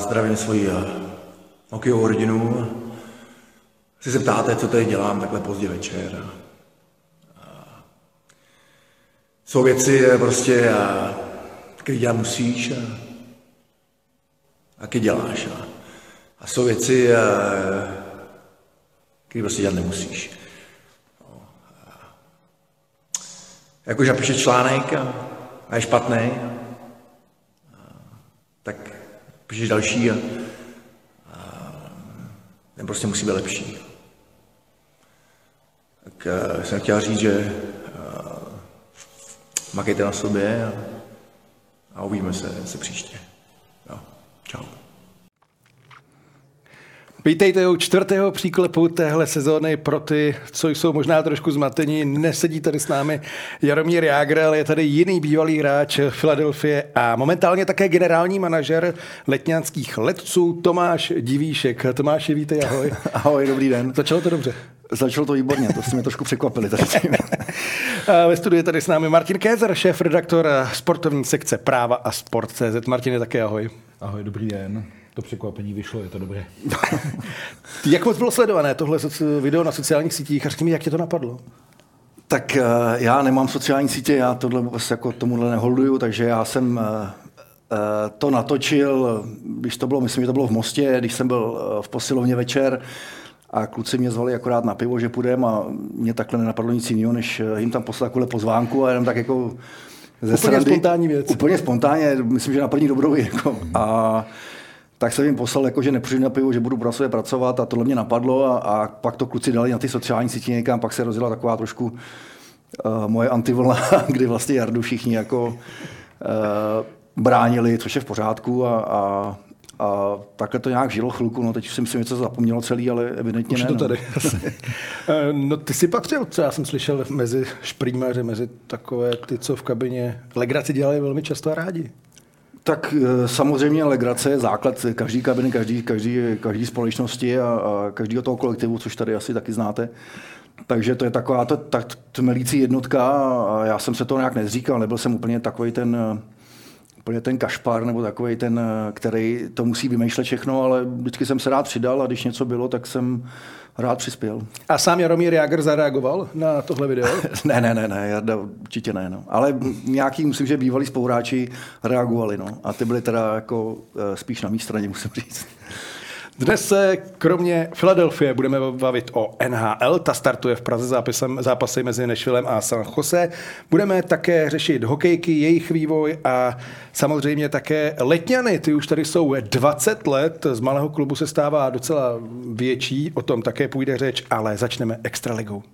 zdravím svoji hokejovou rodinu. Si se ptáte, co tady dělám takhle pozdě večer. Jsou věci prostě, které dělat musíš a které děláš. A jsou věci, které prostě dělat nemusíš. Jakože napíšeš článek a je špatný, tak píšeš další a ten prostě musí být lepší. Tak jsem chtěl říct, že makejte na sobě a uvidíme se příště. Jo. Čau. Vítejte u 4. příklepu téhle sezóny. Pro ty, co jsou možná trošku zmatení, nesedí tady s námi Jaromír Jágr, ale je tady jiný bývalý hráč Philadelphie a momentálně také generální manažer letňanských letců Tomáš Divíšek. Tomáši, vítej, ahoj. Ahoj, dobrý den. Začalo to dobře. Začalo to výborně, to si mě trošku překvapili. Ve studiu je tady s námi Martin Kézer, šéf-redaktor sportovní sekce Práva a Sport.cz. Martin, také ahoj. Ahoj, dobrý den. To překvapení vyšlo, je to dobré. Jak moc bylo sledované tohle video na sociálních sítích a řekni mi, jak tě to napadlo? Tak já nemám sociální sítě, já tohle vůbec jako tomuhle neholduju, takže já jsem to natočil, když to bylo, myslím, že to bylo v Mostě, když jsem byl v posilovně večer a kluci mě zvali akorát na pivo, že půjdem a mě takhle nenapadlo nic jiného, než jim tam poslat takovou pozvánku a jenom tak jako ze srandy. Spontánní věc. Úplně spontánně, myslím, že na první dobrou jako. A tak jsem jim poslal, jako, že nepřijdu na pivo, že budu pro sebe pracovat a tohle mě napadlo a pak to kluci dali na ty sociální sítě někam, pak se rozjela taková trošku moje antivlna, kdy vlastně Jardu všichni jako bránili, což je v pořádku a takhle to nějak žilo chvilku, no teď už jsem si něco zapomnělo celý, ale evidentně už ne. To tady. No ty si patřil, co já jsem slyšel, mezi šprýmaře, mezi takové ty, co v kabině legraci dělali velmi často a rádi. Tak samozřejmě legrace je základ každý kabiny, každý společnosti a každého toho kolektivu, což tady asi taky znáte. Takže to je taková tmelící jednotka a já jsem se to nějak nezříkal, nebyl jsem úplně takový ten kašpar nebo takový ten, který to musí vymýšlet všechno, ale vždycky jsem se rád přidal a když něco bylo, tak jsem rád přispěl. A sám Jaromír Jágr zareagoval na tohle video? Ne, Jarda určitě ne. No. Ale nějaký, myslím, že bývalí spoluhráči reagovali. No. A ty byli teda jako spíš na mý straně, musím říct. Dnes se kromě Philadelphie budeme bavit o NHL. Ta startuje v Praze zápasy mezi Nashvillem a San Jose. Budeme také řešit hokejky, jejich vývoj a samozřejmě také letňany. Ty už tady jsou 20 let. Z malého klubu se stává docela větší. O tom také půjde řeč, ale začneme extraligou.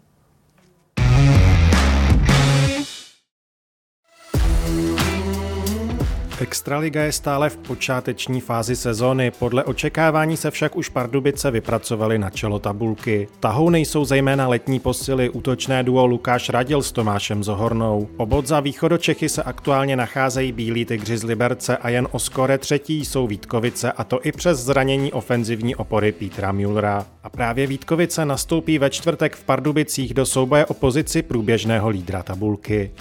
Extraliga je stále v počáteční fázi sezóny, podle očekávání se však už Pardubice vypracovali na čelo tabulky. Tahou nejsou zejména letní posily útočné duo Lukáš Radil s Tomášem Zohornou. Obod za Východočechy se aktuálně nacházejí Bílí Tygři z Liberce a jen o skóre třetí jsou Vítkovice, a to i přes zranění ofenzivní opory Petra Müllera. A právě Vítkovice nastoupí ve čtvrtek v Pardubicích do souboje o pozici průběžného lídra tabulky.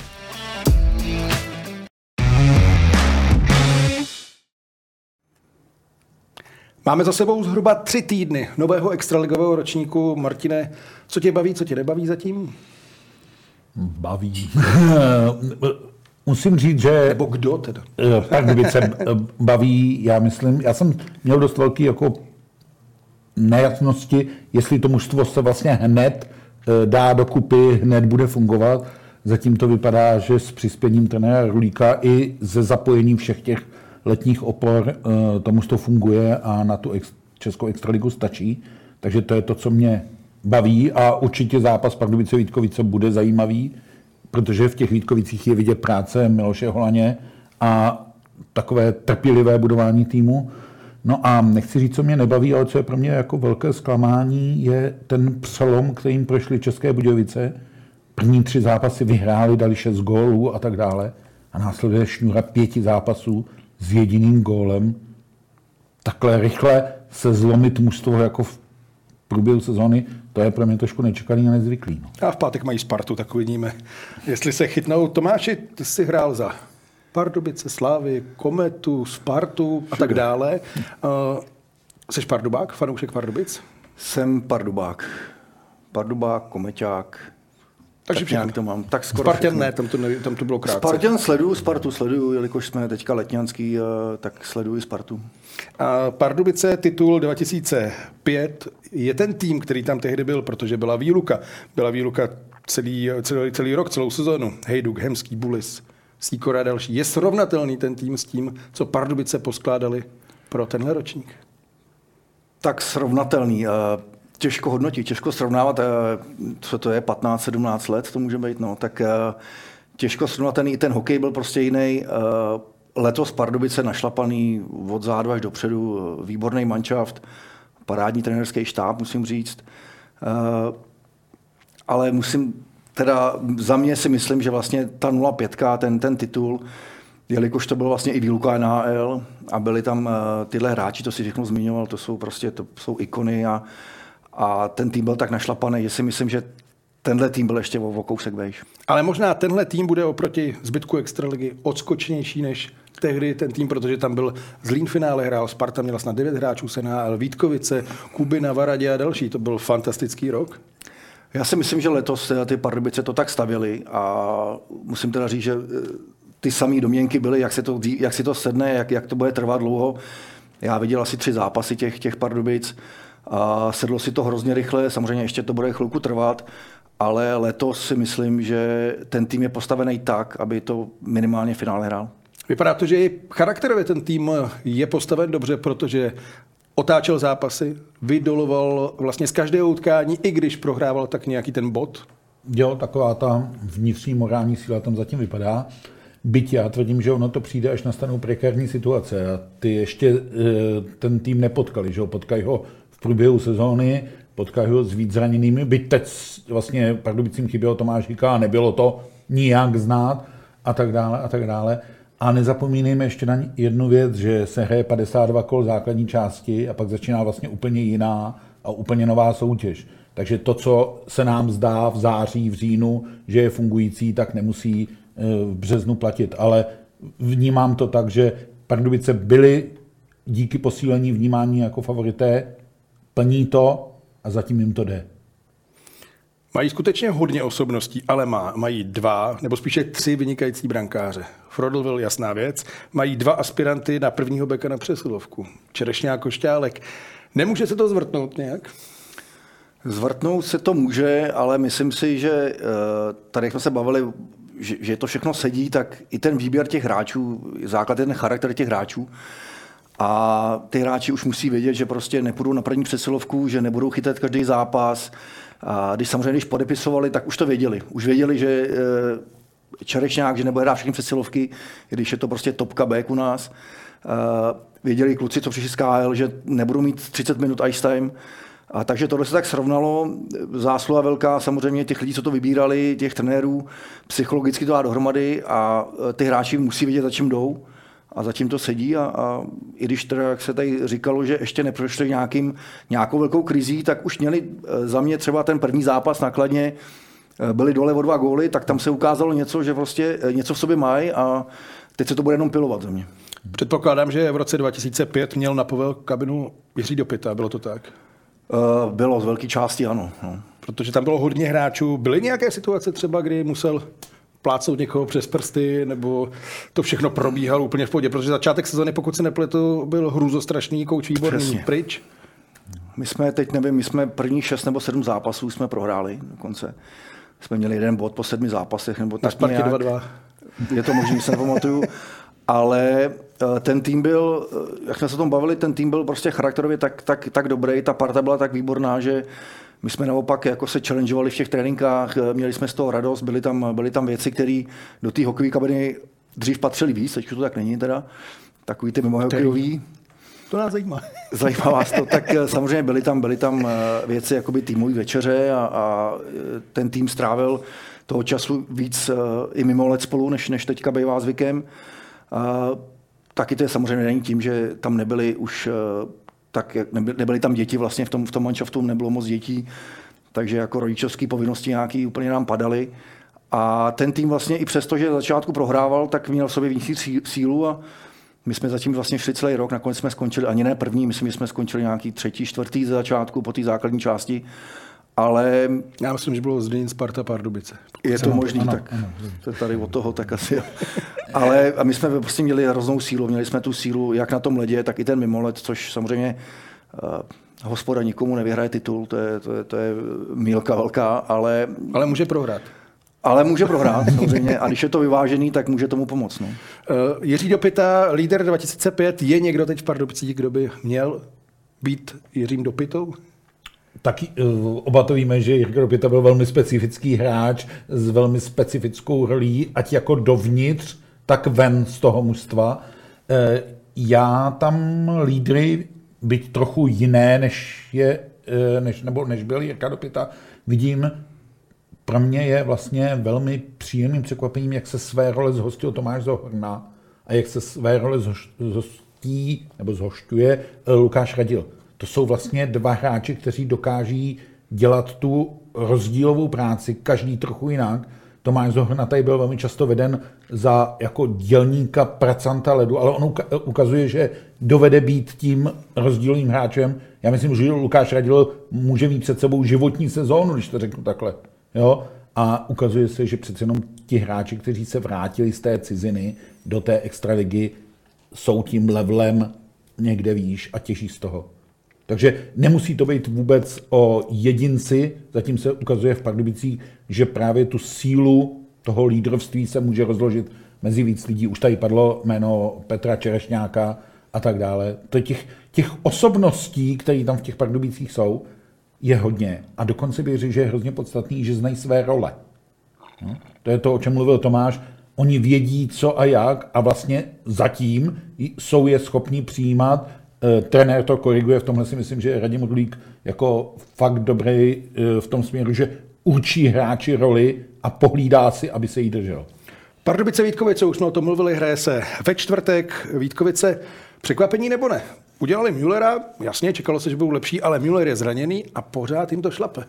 Máme za sebou zhruba 3 týdny nového extraligového ročníku. Martine, co tě baví, co tě nebaví zatím? Baví. Musím říct, že... Nebo kdo teda? Pardubice baví, já myslím. Já jsem měl dost velký jako nejasnosti, jestli to mužstvo se vlastně hned dá dokupy, hned bude fungovat. Zatím to vypadá, že s přispěním trenéra Rulíka i se zapojením všech těch letních opor tomu to funguje a na tu českou extraligu stačí. Takže to je to, co mě baví a určitě zápas Pardubice-Vítkovice bude zajímavý, protože v těch Vítkovicích je vidět práce Miloše Holaně a takové trpělivé budování týmu. No a nechci říct, co mě nebaví, ale co je pro mě jako velké zklamání, je ten přelom, kterým prošly České Budějovice. První 3 zápasy vyhráli, dali 6 gólů a tak dále. A následuje šňůra 5 zápasů s jediným gólem. Takhle rychle se zlomit mužstvo jako v průběhu sezóny, to je pro mě trošku nečekaný a nezvyklý. No. A v pátek mají Spartu, tak uvidíme, jestli se chytnou. Tomáši, ty jsi hrál za Pardubice, Slávy, Kometu, Spartu a tak dále. Seš Pardubák, fanoušek Pardubic? Jsem Pardubák. Pardubák, Komeťák. Takže tak nějak to mám. Tak skoro Spartan ne, tam to bylo krátce. Spartan Spartu sleduju, jelikož jsme teďka letňanský, tak sleduji Spartu. A Pardubice titul 2005 je ten tým, který tam tehdy byl, protože byla výluka. Byla výluka celý rok, celou sezónu. Hejduk, Hemský, Bulis, Sýkora a další. Je srovnatelný ten tým s tím, co Pardubice poskládali pro tenhle ročník? Tak srovnatelný. Těžko hodnotit, těžko srovnávat, co to je, 15-17 let to může být, no, tak těžko srovnatelný, ten hokej byl prostě jiný. Letos Pardubice našlapaný od zádu až dopředu, výborný manšaft, parádní trenérský štáb, musím říct. Ale za mě si myslím, že vlastně ta 0-5, ten titul, jelikož to bylo vlastně i výluka NHL a byli tam tyhle hráči, to si všechno zmiňoval, to jsou ikony a ten tým byl tak našlapaný, že si myslím, že tenhle tým byl ještě o kousek vejš. Ale možná tenhle tým bude oproti zbytku extraligy odskočnější než tehdy ten tým, protože tam byl Zlín finále hrál, Sparta měla snad 9 hráčů z NHL, Vítkovice, Kubina, Varadě a další. To byl fantastický rok. Já si myslím, že letos ty Pardubice to tak stavěly a musím teda říct, že ty samé domněnky byly, jak si to sedne, jak to bude trvat dlouho. Já viděl asi 3 zápasy těch Pardubic a sedlo si to hrozně rychle, samozřejmě ještě to bude chvilku trvat, ale letos si myslím, že ten tým je postavený tak, aby to minimálně finále hrál. Vypadá to, že i charakterově ten tým je postaven dobře, protože otáčel zápasy, vydoloval vlastně z každého utkání, i když prohrával tak nějaký ten bod. Jo, taková ta vnitřní morální síla tam zatím vypadá. Byť já tvrdím, že ono to přijde, až nastanou prekární situace. A ty ještě ten tým nepotkali, že ho potkají ho v průběhu sezóny, potkají ho s víc zraněnými. Byť teď vlastně Pardubicím chybělo Tomáš Hika a nebylo to nijak znát a tak dále a tak dále. A nezapomínejme ještě na jednu věc, že se hraje 52 kol základní části a pak začíná vlastně úplně jiná a úplně nová soutěž. Takže to, co se nám zdá v září, v říjnu, že je fungující, tak nemusí v březnu platit. Ale vnímám to tak, že Pardubice byly díky posílení vnímání jako favorité, plní to a zatím jim to jde. Mají skutečně hodně osobností, ale mají 2, nebo spíše 3 vynikající brankáře. Frodl, jasná věc. Mají 2 aspiranty na prvního beka na přesilovku. Čerešňák, Košťálek. Nemůže se to zvrtnout nějak? Zvrtnout se to může, ale myslím si, že tady, jak jsme se bavili, že to všechno sedí, tak i ten výběr těch hráčů, základ je ten charakter těch hráčů. A ty hráči už musí vědět, že prostě nepůjdou na první přesilovku, že nebudou chytat každý zápas. A když podepisovali, tak už to věděli. Už věděli, že Čerešňák, že nebude hrát všechny přesilovky, když je to prostě topka B u nás. Věděli kluci, co přišli z KHL, že nebudou mít 30 minut ice time. A takže tohle se tak srovnalo. Zásluha velká samozřejmě těch lidí, co to vybírali, těch trenérů, psychologicky to dá dohromady a ty hráči musí vědět, za čím jdou. A zatím to sedí a i když teda, jak se tady říkalo, že ještě neprošli nějakou velkou krizí, tak už měli za mě třeba ten první zápas na Kladně, byli dole o 2 góly, tak tam se ukázalo něco, že prostě něco v sobě mají a teď se to bude jenom pilovat za mě. Předpokládám, že v roce 2005 měl na Povel kabinu Jiří Dopita, bylo to tak? Bylo z velké části, ano. No. Protože tam bylo hodně hráčů. Byly nějaké situace třeba, kdy musel plácnout někoho přes prsty, nebo to všechno probíhalo úplně v pohodě, protože začátek sezony, pokud se nepletu, byl hrůzostrašný, kouč výborný, přesně pryč. My jsme teď, nevím, my jsme první 6 nebo 7 zápasů jsme prohráli dokonce. Jsme měli 1 bod po 7 zápasech, nebo tak nějak. 2-2. Je to možný, se nepamatuju. Ale ten tým byl, jak jsme se o tom bavili, ten tým byl prostě charakterově tak dobrý, ta parta byla tak výborná, že my jsme naopak jako se challengeovali v těch tréninkách, měli jsme z toho radost, byly tam věci, které do té hokejové kabiny dřív patřily víc, teď to tak není teda, takový ty mimohokejový. To nás zajímá. Zajímá vás to, tak samozřejmě byly tam věci jakoby týmový večeře a ten tým strávil toho času víc i mimo let spolu, než teďka bývá zvykem. Taky to je samozřejmě není tím, že tam nebyly už nebyly tam děti vlastně v tom manšaftu, nebylo moc dětí, takže jako rodičovské povinnosti nějaký úplně nám padaly, A ten tým vlastně i přesto, že začátku prohrával, tak měl v sobě vnitřní sílu a my jsme zatím vlastně šli celý rok, nakonec jsme skončili ani ne první, myslím, že jsme skončili nějaký 3., 4. ze začátku po té základní části, ale... Já myslím, že bylo Zlín, Sparta, Pardubice. Je to možný, tak to tady od toho, tak asi. Ale a my jsme prostě měli hroznou sílu, měli jsme tu sílu jak na tom ledě, tak i ten mimolet, což samozřejmě Hospoda nikomu nevyhraje titul, to je mýlka velká, ale... Ale může prohrát. Ale může prohrát, samozřejmě. A když je to vyvážený, tak může tomu pomoct. No. Jiří Dopita, líder 2005, je někdo teď v Pardubicích, kdo by měl být Jiřím Dopitou? Taky oba to víme, že Jirka Dopita byl velmi specifický hráč s velmi specifickou rolí, ať jako dovnitř, tak ven z toho mužstva. Já tam lídry, byť trochu jiné, než byl Jirka Dopita, vidím. Pro mě je vlastně velmi příjemným překvapením, jak se své role zhostil Tomáš Zohorna a jak se své role zhošťuje Lukáš Radil. To jsou vlastně dva hráči, kteří dokáží dělat tu rozdílovou práci, každý trochu jinak. Tomáš Zohorna tady byl velmi často veden za jako dělníka, pracanta ledu, ale on ukazuje, že dovede být tím rozdílovým hráčem. Já myslím, že Lukáš Radil může mít před sebou životní sezónu, když to řeknu takhle. Jo? A ukazuje se, že přece jenom ti hráči, kteří se vrátili z té ciziny do té extraligy, jsou tím levelem někde výš a těží z toho. Takže nemusí to být vůbec o jedinci, zatím se ukazuje v Pardubicích, že právě tu sílu toho lídrovství se může rozložit mezi víc lidí. Už tady padlo jméno Petra Čerešňáka a tak dále. To těch osobností, které tam v těch Pardubicích jsou, je hodně. A dokonce bych řekl, že je hrozně podstatný, že znají své role. No, to je to, o čem mluvil Tomáš. Oni vědí, co a jak a vlastně zatím jsou je schopni přijímat. Trenér to koriguje, v tomhle si myslím, že je Radim Rulík jako fakt dobrý v tom směru, že určí hráči roli a pohlídá si, aby se jí držel. Pardubice Vítkovice, už jsme o tom mluvili, hraje se ve čtvrtek. Vítkovice, překvapení nebo ne? Udělali Müllera, jasně, čekalo se, že budou lepší, ale Müller je zraněný a pořád jim to šlape.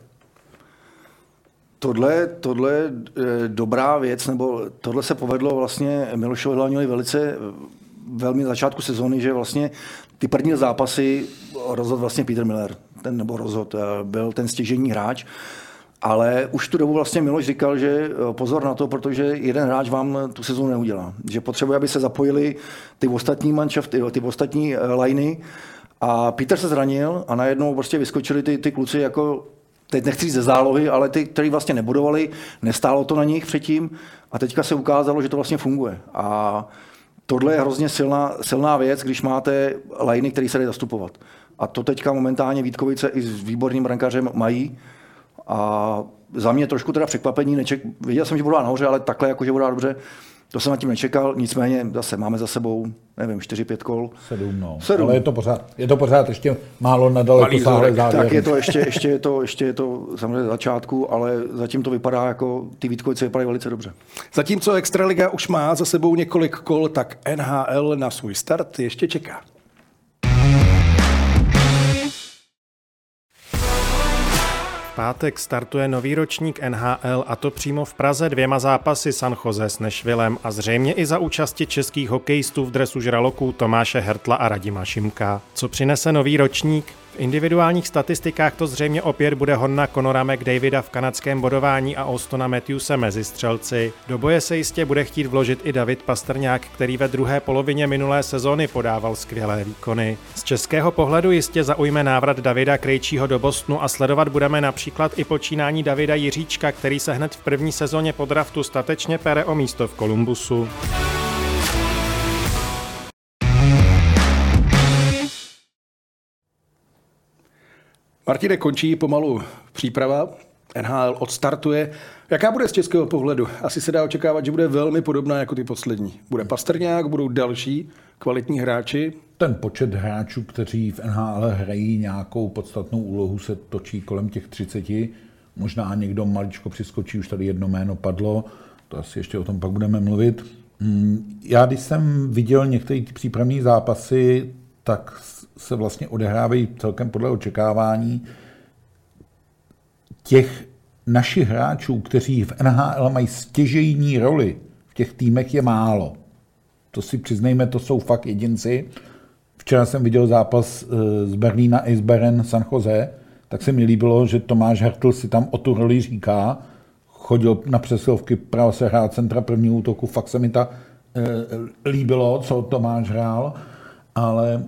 Tohle je dobrá věc, nebo tohle se povedlo vlastně Milošovi Hlavňovi velmi na začátku sezóny, že vlastně ty první zápasy rozhodl vlastně Peter Müller, byl ten stěžejní hráč, ale už tu dobu vlastně Miloš říkal, že pozor na to, protože jeden hráč vám tu sezónu neudělá. Že potřebuje, aby se zapojili ty ostatní manšafty, ty ostatní liny a Peter se zranil a najednou prostě vyskočili ty kluci jako, teď nechci říct ze zálohy, ale ty, kteří vlastně nebudovali, nestálo to na nich předtím a teďka se ukázalo, že to vlastně funguje. A tohle je hrozně silná věc, když máte liny, který se dají zastupovat. A to teďka momentálně Vítkovice i s výborným brankářem mají. A za mě trošku teda překvapení, věděl jsem, že budu nahoře, ale takhle jako, že budu dobře, to jsem nad tím nečekal, nicméně zase máme za sebou, nevím, 4-5 kol. 7, no. 7. Ale je to pořád ještě málo nadaleko sáhlé závěry. Tak je to ještě je to samozřejmě začátku, ale zatím to vypadá jako, ty Vítkovice vypadají velice dobře. Zatímco Extraliga už má za sebou několik kol, tak NHL na svůj start ještě čeká. V pátek startuje nový ročník NHL a to přímo v Praze 2 zápasy San Jose s Nashvillem a zřejmě i za účasti českých hokejistů v dresu žraloků Tomáše Hertla a Radima Šimka. Co přinese nový ročník? V individuálních statistikách to zřejmě opět bude hona Conora McDavida v kanadském bodování a Austona Matthewse mezi střelci. Do boje se jistě bude chtít vložit i David Pastrňák, který ve druhé polovině minulé sezony podával skvělé výkony. Z českého pohledu jistě zaujme návrat Davida Krejčího do Bostonu a sledovat budeme například i počínání Davida Jiříčka, který se hned v první sezóně po draftu statečně pere o místo v Columbusu. Martine, končí pomalu příprava, NHL odstartuje. Jaká bude z českého pohledu? Asi se dá očekávat, že bude velmi podobná jako ty poslední. Bude Pastrňák, budou další kvalitní hráči. Ten počet hráčů, kteří v NHL hrají nějakou podstatnou úlohu, se točí kolem těch 30. Možná někdo maličko přiskočí, už tady jedno jméno padlo, to asi ještě o tom pak budeme mluvit. Já když jsem viděl některé ty přípravné zápasy, tak se vlastně odehrávají celkem podle očekávání. Těch našich hráčů, kteří v NHL mají stěžejní roli, v těch týmech je málo. To si přiznejme, to jsou fakt jedinci. Včera jsem viděl zápas z Berlína Eisbären San Jose, tak se mi líbilo, že Tomáš Hertl si tam o tu roli říká. Chodil na přesilovky, právě se hrál centra prvního útoku, fakt se mi ta líbilo, co Tomáš hrál, ale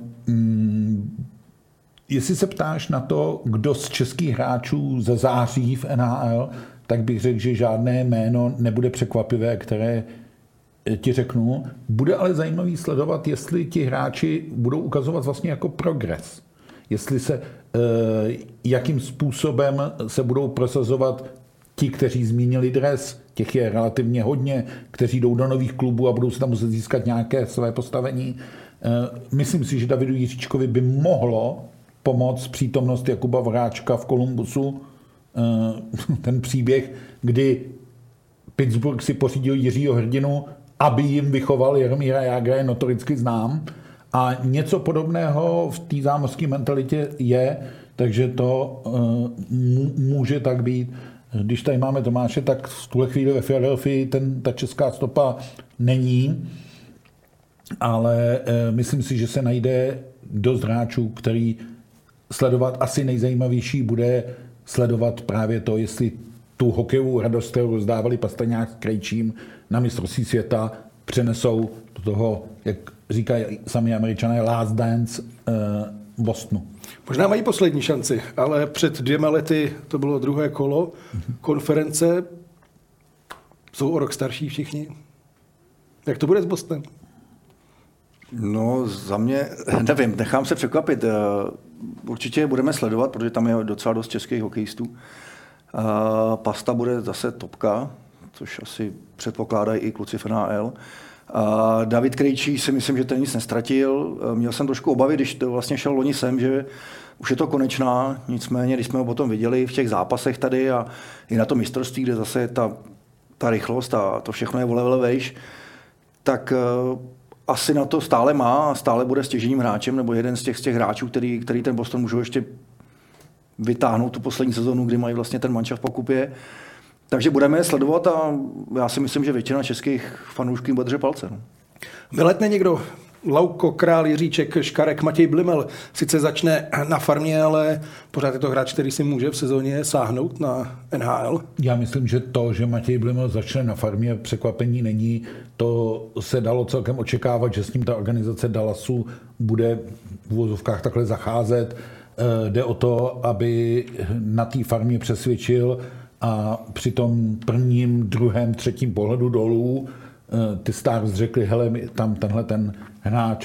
jestli se ptáš na to, kdo z českých hráčů zazáří v NHL, tak bych řekl, že žádné jméno nebude překvapivé, které ti řeknu. Bude ale zajímavý sledovat, jestli ti hráči budou ukazovat vlastně jako progres. Jestli se, jakým způsobem se budou prosazovat ti, kteří zmínili dres, těch je relativně hodně, kteří jdou do nových klubů a budou se tam muset získat nějaké své postavení. Myslím si, že Davidu Jiříčkovi by mohlo pomoct přítomnost Jakuba Vráčka v Columbusu. Ten příběh, kdy Pittsburgh si pořídil Jiřího Hrdinu, aby jim vychoval Jaromíra Jágra, je notoricky znám. A něco podobného v té zámořské mentalitě je, takže to může tak být. Když tady máme Tomáše, tak v tuhle chvíli ve Philadelphii ta česká stopa není, ale myslím si, že se najde dost hráčů, který sledovat asi nejzajímavější bude sledovat právě to, jestli tu hokejovou radost, kterou rozdávali Pastrňák s Krejčím na mistrovství světa, přenesou do toho, jak říkají sami Američané, last dance Bostonu. Možná mají poslední šanci, ale před 2 lety to bylo druhé kolo konference. Jsou o rok starší všichni. Jak to bude s Bostonem? No, za mě, nevím, nechám se překvapit. Určitě budeme sledovat, protože tam je docela dost českých hokejistů. Pasta bude zase topka, což asi předpokládají i kluci v NHL. David Krejčí si myslím, že ten nic nestratil. Měl jsem trošku obavy, když to vlastně šel loni sem, že už je to konečná. Nicméně, když jsme ho potom viděli v těch zápasech tady a i na tom mistrovství, kde zase ta rychlost a to všechno je o level vejš, tak asi na to stále má a stále bude stěžejním hráčem, nebo jeden z těch hráčů, který ten Boston můžou ještě vytáhnout tu poslední sezonu, kdy mají vlastně ten mančaft v pokupě. Takže budeme je sledovat a já si myslím, že většina českých fanoušků jim bude držet palce. No. Vyletne někdo? Lauko, Král, Jiříček, Škarek, Matěj Blimel sice začne na farmě, ale pořád je to hráč, který si může v sezóně sáhnout na NHL. Já myslím, že to, že Matěj Blimel začne na farmě, překvapení není. To se dalo celkem očekávat, že s ním ta organizace Dallasu bude v uvozovkách takhle zacházet. Jde o to, aby na té farmě přesvědčil a při tom prvním, druhém, třetím pohledu dolů ty Stars řekli, hele, tam tenhle ten hráč.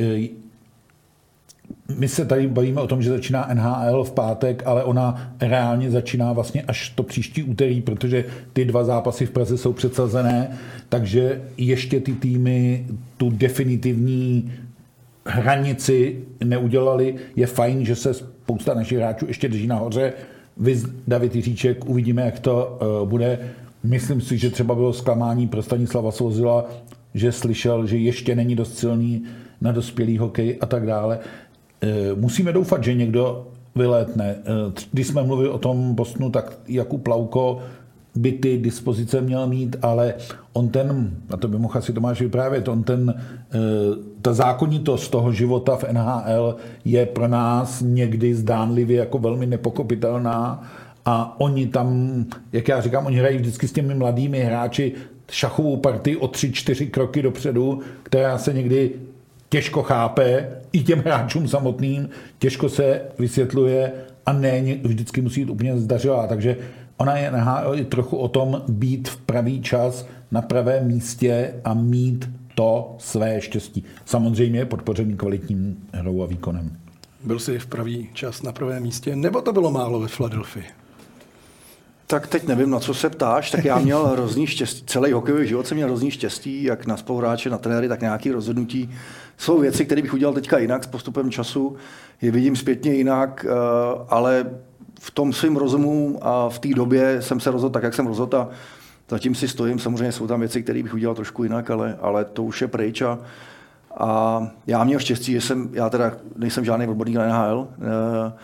My se tady bavíme o tom, že začíná NHL v pátek, ale ona reálně začíná vlastně až to příští úterý, protože ty 2 zápasy v Praze jsou předsazené, takže ještě ty týmy tu definitivní hranici neudělali. Je fajn, že se spousta našich hráčů ještě drží nahoře. Viz David Jiříček, uvidíme, jak to bude. Myslím si, že třeba bylo zklamání pro Stanislava Svozila, že slyšel, že ještě není dost silný na dospělý hokej a tak dále. Musíme doufat, že někdo vylétne. Když jsme mluvili o tom Bostonu, tak Jakub Lauko by ty dispozice měl mít, ale on a to by mohl asi Tomáš vyprávět, ta zákonitost toho života v NHL je pro nás někdy zdánlivě jako velmi nepokopitelná a oni tam, jak já říkám, oni hrají vždycky s těmi mladými hráči šachovou partii o 3-4 kroky dopředu, která se někdy těžko chápe i těm hráčům samotným, těžko se vysvětluje a ne vždycky musí jít úplně zdařilá, takže ona je NHL i trochu o tom být v pravý čas na pravém místě a mít to své štěstí. Samozřejmě podpořený kvalitním hrou a výkonem. Byl jsi v pravý čas na pravém místě, nebo to bylo málo ve Philadelphii? Tak teď nevím, na co se ptáš, tak já měl hrozný štěstí, celý hokejový život jsem měl hrozný štěstí, jak na spoluhráče, na trenéry, tak nějaké rozhodnutí. Jsou věci, které bych udělal teďka jinak s postupem času, je vidím zpětně jinak, ale v tom svým rozumu a v té době jsem se rozhodl tak, jak jsem rozhodl a zatím si stojím. Samozřejmě jsou tam věci, které bych udělal trošku jinak, ale to už je pryč a já měl štěstí, že já teda nejsem žádný odborník na NHL,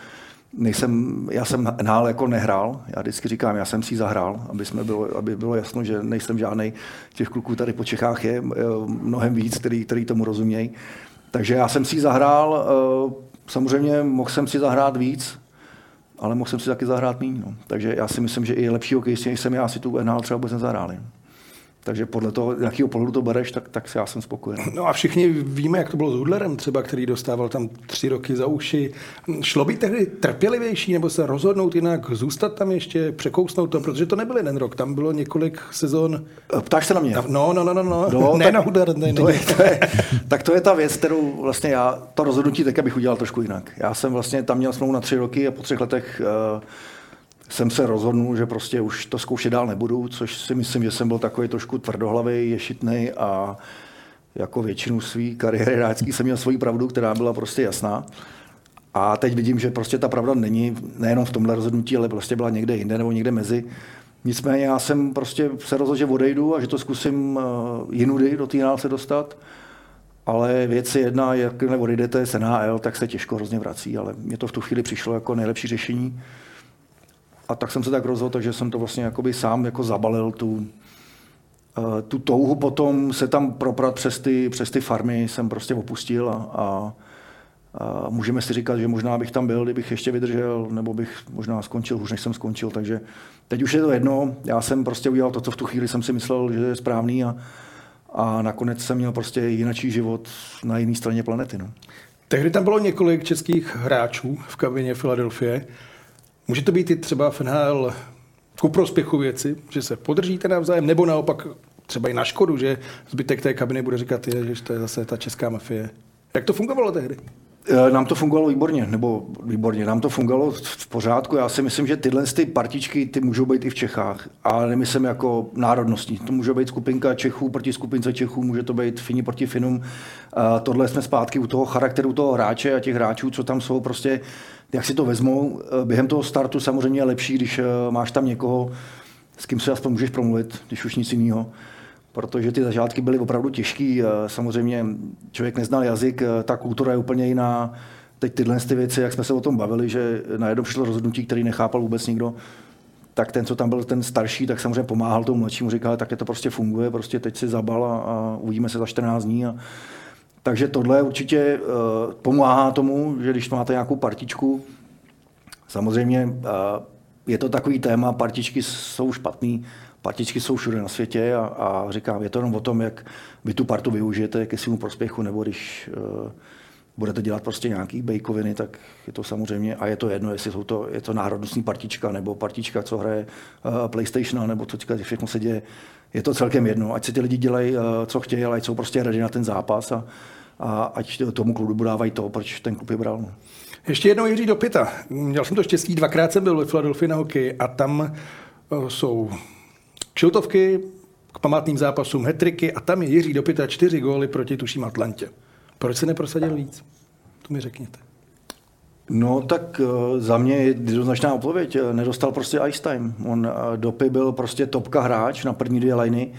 já jsem NHL jako nehrál, já vždycky říkám, já jsem si zahrál, aby bylo jasno, že nejsem žádnej, těch kluků tady po Čechách je mnohem víc, který tomu rozumějí. Takže já jsem si zahrál, samozřejmě mohl jsem si zahrát víc, ale mohl jsem si taky zahrát míň. No. Takže já si myslím, že i lepší hokejisti, než jsem já, si tu NHL třeba vůbec nezahrál. Takže podle toho, jakýho pohledu to bereš, tak já jsem spokojený. No a všichni víme, jak to bylo s Hudlerem třeba, který dostával tam 3 roky za uši. Šlo být tehdy trpělivější, nebo se rozhodnout jinak, zůstat tam ještě, překousnout to, protože to nebyl jeden rok, tam bylo několik sezon. Ptáš se na mě? No. Ne na Hudler. Tak to je ta věc, kterou vlastně já, to rozhodnutí tak bych udělal trošku jinak. Já jsem vlastně tam měl smlouvu na 3 roky a po 3 letech jsem se rozhodnul, že prostě už to zkoušet dál nebudu, což si myslím, že jsem byl takový trošku tvrdohlavý, ješitnej a jako většinu své kariéry hráčské jsem měl svoji pravdu, která byla prostě jasná. A teď vidím, že prostě ta pravda není nejenom v tomhle rozhodnutí, ale prostě byla někde jinde nebo někde mezi. Nicméně já jsem prostě se rozhodl, že odejdu a že to zkusím jinudy do té NHL se dostat. Ale věc je jedna, jakmile odejdete z NHL, tak se těžko hrozně vrací, ale mně to v tu chvíli přišlo jako nejlepší řešení. A tak jsem se tak rozhodl, takže jsem to vlastně jakoby sám jako zabalil tu touhu potom se tam proprat přes ty farmy jsem prostě opustil a můžeme si říkat, že možná bych tam byl, kdybych ještě vydržel, nebo bych možná skončil hůř, než jsem skončil. Takže teď už je to jedno, já jsem prostě udělal to, co v tu chvíli jsem si myslel, že je správný a nakonec jsem měl prostě jinačí život na jiné straně planety. No. Tehdy tam bylo několik českých hráčů v kabině Philadelphie. Může to být i třeba v NHL ku prospěchu věci, že se podržíte navzájem, nebo naopak třeba i na škodu, že zbytek té kabiny bude říkat, že to je zase ta česká mafie. Jak to fungovalo tehdy? Nám to fungovalo výborně, nám to fungovalo v pořádku. Já si myslím, že tyhle partičky ty můžou být i v Čechách, ale nemyslím jako národnostní. To může být skupinka Čechů proti skupince Čechů, může to být Fini proti Finům. Tohle jsme zpátky u toho charakteru toho hráče a těch hráčů, co tam jsou prostě, jak si to vezmou. Během toho startu samozřejmě je lepší, když máš tam někoho, s kým se aspoň můžeš promluvit, když už nic jiného. Protože ty začátky byly opravdu těžký. Samozřejmě člověk neznal jazyk, ta kultura je úplně jiná. Teď tyhle věci, jak jsme se o tom bavili, že najednou přišlo rozhodnutí, který nechápal vůbec nikdo, tak ten, co tam byl ten starší, tak samozřejmě pomáhal tomu mladšímu, říkal, tak to prostě funguje, prostě teď si zabal a uvidíme se za 14 dní. Takže tohle určitě pomáhá tomu, že když máte nějakou partičku, samozřejmě je to takový téma, partičky jsou špatný, partičky jsou všude na světě a říkám, je to jenom o tom, jak vy tu partu využijete ke svému prospěchu, nebo když budete dělat prostě nějaký bejkoviny, tak je to samozřejmě, a je to jedno, jestli je to národnostní partička, nebo partička, co hraje PlayStation, nebo co všechno se děje, je to celkem jedno, ať si ty lidi dělají, co chtějí, ale ať jsou prostě ready na ten zápas a ať tomu klubu dávají to, proč ten klub je bral. No. Ještě jednou Jiří Dopita. Měl jsem to štěstí, 2krát jsem byl ve Philadelphii na hokeji a tam jsou kšiltovky k památným zápasům, hat-tricky a tam je Jiří Dopita 4 góly proti tuším Atlantě. Proč se neprosadil víc? To mi řekněte. No tak za mě je jednoznačná odpověď. Nedostal prostě ice time. Dopy byl prostě topka hráč na první 2 liny.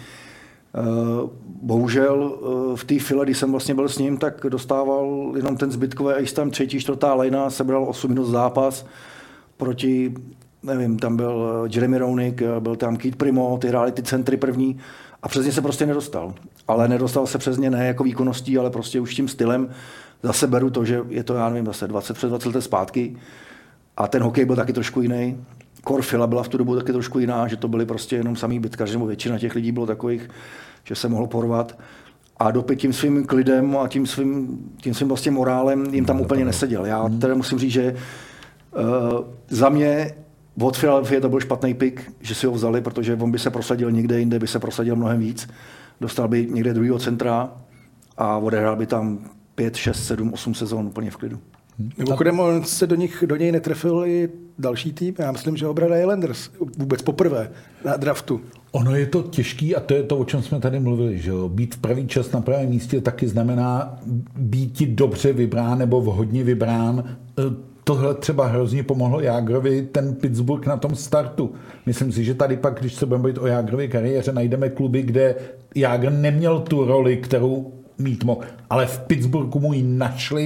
Bohužel v té file, když jsem vlastně byl s ním, tak dostával jenom ten zbytkový ice time, 3., 4. lina, sebral 8 minut zápas proti, nevím, tam byl Jeremy Roenick, byl tam Keith Primo, ty hráli ty centry první a přes ně se prostě nedostal. Ale nedostal se přes ně ne jako výkonností, ale prostě už tím stylem. Zase beru to, že je to, já nevím, zase 20 let zpátky a ten hokej byl taky trošku jiný. Core fila byla v tu dobu taky trošku jiná, že to byly prostě jenom samý bitkaři, nebo většina těch lidí bylo takových, že se mohlo porvat. A Dopy tím svým klidem a tím svým vlastně morálem jim tam úplně neseděl. Já teda musím říct, že za mě od Philadelphia to byl špatný pik, že si ho vzali, protože on by se prosadil někde jinde, by se prosadil mnohem víc. Dostal by někde druhého centra a odehrál by tam 5, 6, 7, 8 sezón úplně v klidu. Mimochodem, on se do něj netrefil i další tým. Já myslím, že obrada Islanders vůbec poprvé na draftu. Ono je to těžký a to je to, o čem jsme tady mluvili. Že jo? Být v pravý čas na pravém místě taky znamená být dobře vybrán nebo vhodně vybrán. Tohle třeba hrozně pomohlo Jágrovi, ten Pittsburgh na tom startu. Myslím si, že tady pak, když se budeme bavit o Jágrově kariéře, najdeme kluby, kde Jágr neměl tu roli, kterou mít mohl. Ale v Pittsburghu mu ji našli,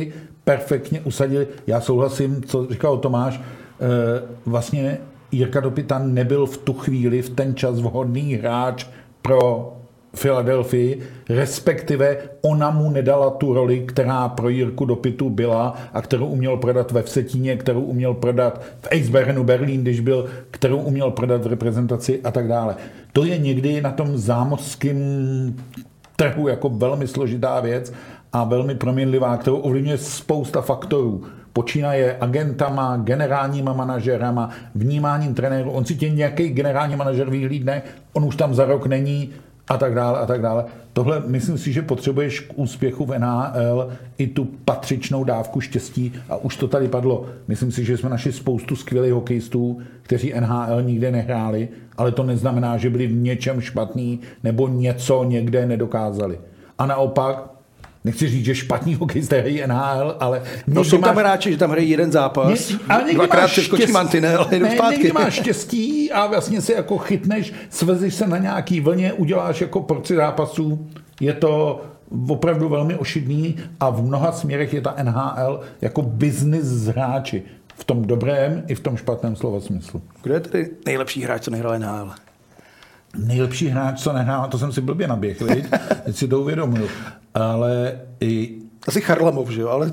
perfektně usadili. Já souhlasím, co říkal Tomáš, vlastně Jirka Dopita nebyl v tu chvíli, v ten čas vhodný hráč pro Philadelphii, respektive ona mu nedala tu roli, která pro Jirku Dopitu byla a kterou uměl prodat ve Vsetíně, kterou uměl prodat v Eisbernu Berlín, když byl, kterou uměl prodat v reprezentaci a tak dále. To je někdy na tom zámořském trhu jako velmi složitá věc a velmi proměnlivá, kterou ovlivňuje spousta faktorů. Počínaje agentama, generálníma manažerama, vnímáním trenérů. On si tě nějaký generální manažer vyhlídne, on už tam za rok není a tak dále a tak dále. Tohle myslím si, že potřebuješ k úspěchu v NHL i tu patřičnou dávku štěstí a už to tady padlo. Myslím si, že jsme našli spoustu skvělých hokejistů, kteří NHL nikde nehráli, ale to neznamená, že byli v něčem špatný nebo něco někde nedokázali. A naopak, nechci říct, že špatní hokejisté hrají NHL, ale... No jsou tam hráči, že tam hrají jeden zápas, dvakrát přeskočí mantinel, jdou zpátky. Někdy máš štěstí a vlastně si jako chytneš, svezeš se na nějaký vlně, uděláš jako porci zápasů. Je to opravdu velmi ošidný a v mnoha směrech je ta NHL jako business s hráči. V tom dobrém i v tom špatném slova smyslu. Kdo je tedy nejlepší hráč, co nehrál NHL? Nejlepší hráč, co nehrál, to jsem si blbě naběhl, teď si to uvědomil. Ale asi Charlamov, že jo? Ale...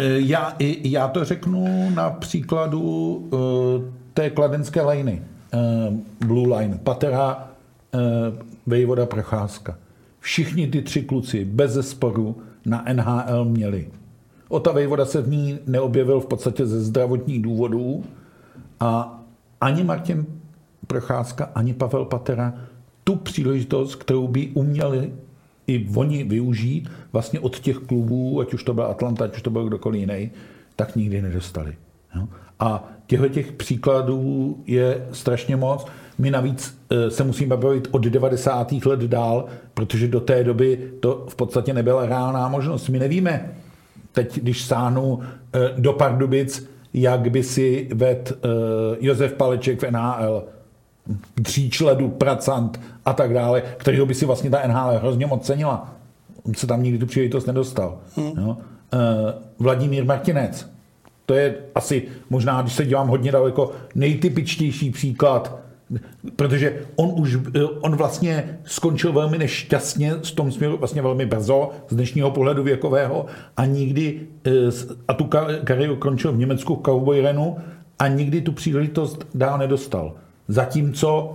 já to řeknu na příkladu té kladenské liny. Blue line. Patera, Vejvoda, Procházka. Všichni ty tři kluci bez zesporu na NHL měli. Ota Vejvoda se v ní neobjevil v podstatě ze zdravotních důvodů a ani Martin Procházka, ani Pavel Patera tu příležitost, kterou by uměli i oni využít vlastně od těch klubů, ať už to byl Atlanta, ať už to byl kdokoliv jiný, tak nikdy nedostali. Jo? A těch příkladů je strašně moc. My navíc se musíme bavit od 90. let dál, protože do té doby to v podstatě nebyla reálná možnost. My nevíme, teď když sáhnu do Pardubic, jak by si vedl Josef Paleček v NHL, Dříčledu, Pracant a tak dále, kterého by si vlastně ta NHL hrozně moc cenila. On se tam nikdy tu příležitost nedostal. Jo? Vladimír Martinec. To je asi možná, když se dívám hodně daleko, nejtypičtější příklad, protože on vlastně skončil velmi nešťastně v tom směru vlastně velmi brzo z dnešního pohledu věkového a nikdy a tu kariéru končil v Německu v Cowboy Renu a nikdy tu příležitost dál nedostal. Zatímco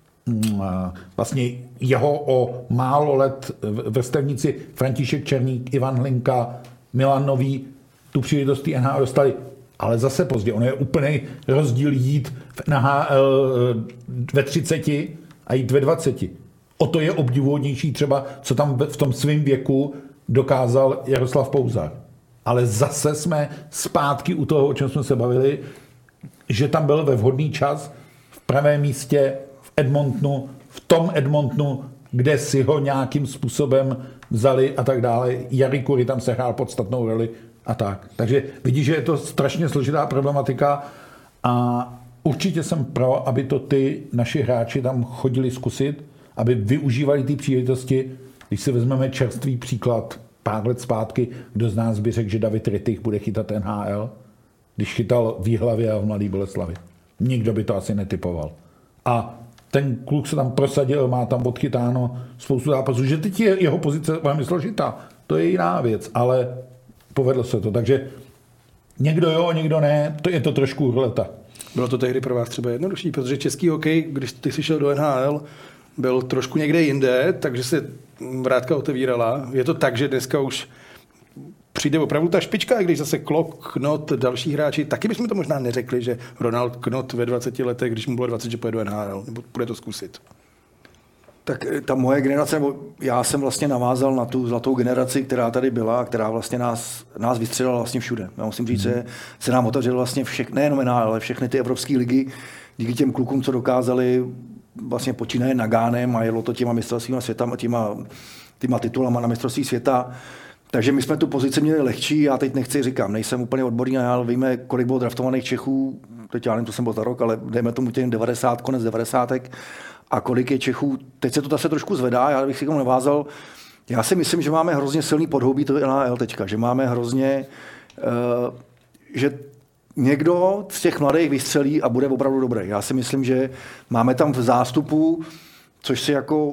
vlastně jeho o málo let vrstevníci František Černík, Ivan Hlinka, Milan Nový tu příležitost NHL dostali, ale zase pozdě. Ono je úplný rozdíl jít v NHL ve 30 a jít ve 20. O to je obdivuhodnější třeba, co tam v tom svém věku dokázal Jaroslav Pouzar. Ale zase jsme zpátky u toho, o čem jsme se bavili, že tam byl ve vhodný čas, v pravém místě, v Edmontonu, v tom Edmontonu, kde si ho nějakým způsobem vzali a tak dále. Jari Kurri tam se hrál podstatnou roli a tak. Takže vidíš, že je to strašně složitá problematika a určitě jsem pro, aby to ty naši hráči tam chodili zkusit, aby využívali ty příležitosti. Když si vezmeme čerstvý příklad pár let zpátky, kdo z nás by řekl, že David Rittich bude chytat NHL, když chytal v Jihlavě a v Mladé Boleslavi. Nikdo by to asi netypoval. A ten kluk se tam prosadil, má tam odchytáno spoustu zápasů, že teď je jeho pozice velmi složitá. To je jiná věc, ale povedlo se to. Takže někdo jo, někdo ne, to je to trošku ruleta. Bylo to tehdy pro vás třeba jednodušší, protože český hokej, když ty jsi šel do NHL, byl trošku někde jinde, takže se vrátka otevírala. Je to tak, že dneska už přijde opravdu ta špička, když zase Klok, Knot, další hráči, taky bychom to možná neřekli, že Ronald Knot ve 20 letech, když mu bylo 20, že pojede do NHL, nebo bude to zkusit. Tak ta moje generace, nebo já jsem vlastně navázal na tu zlatou generaci, která tady byla, která vlastně nás vystřelila vlastně všude. Já musím říct, že se nám otevřelo vlastně nejenom NHL, ale všechny ty evropské ligy, díky těm klukům, co dokázali vlastně počínaje Nagánem a jelo to těma mistrovstvíma světa, těma titulama na mistrovství světa. Takže my jsme tu pozici měli lehčí, já teď říkám, nejsem úplně odborný, ale víme, kolik bylo draftovaných Čechů, teď já nevím, to jsem byl za rok, ale dejme tomu těm 90, konec 90. A kolik je Čechů, teď se to zase trošku zvedá, já bych si k tomu navázal, já si myslím, že máme hrozně silný podhoubí toho NHL teďka, že máme hrozně že někdo z těch mladých vystřelí a bude opravdu dobrý. Já si myslím, že máme tam v zástupu, což si jako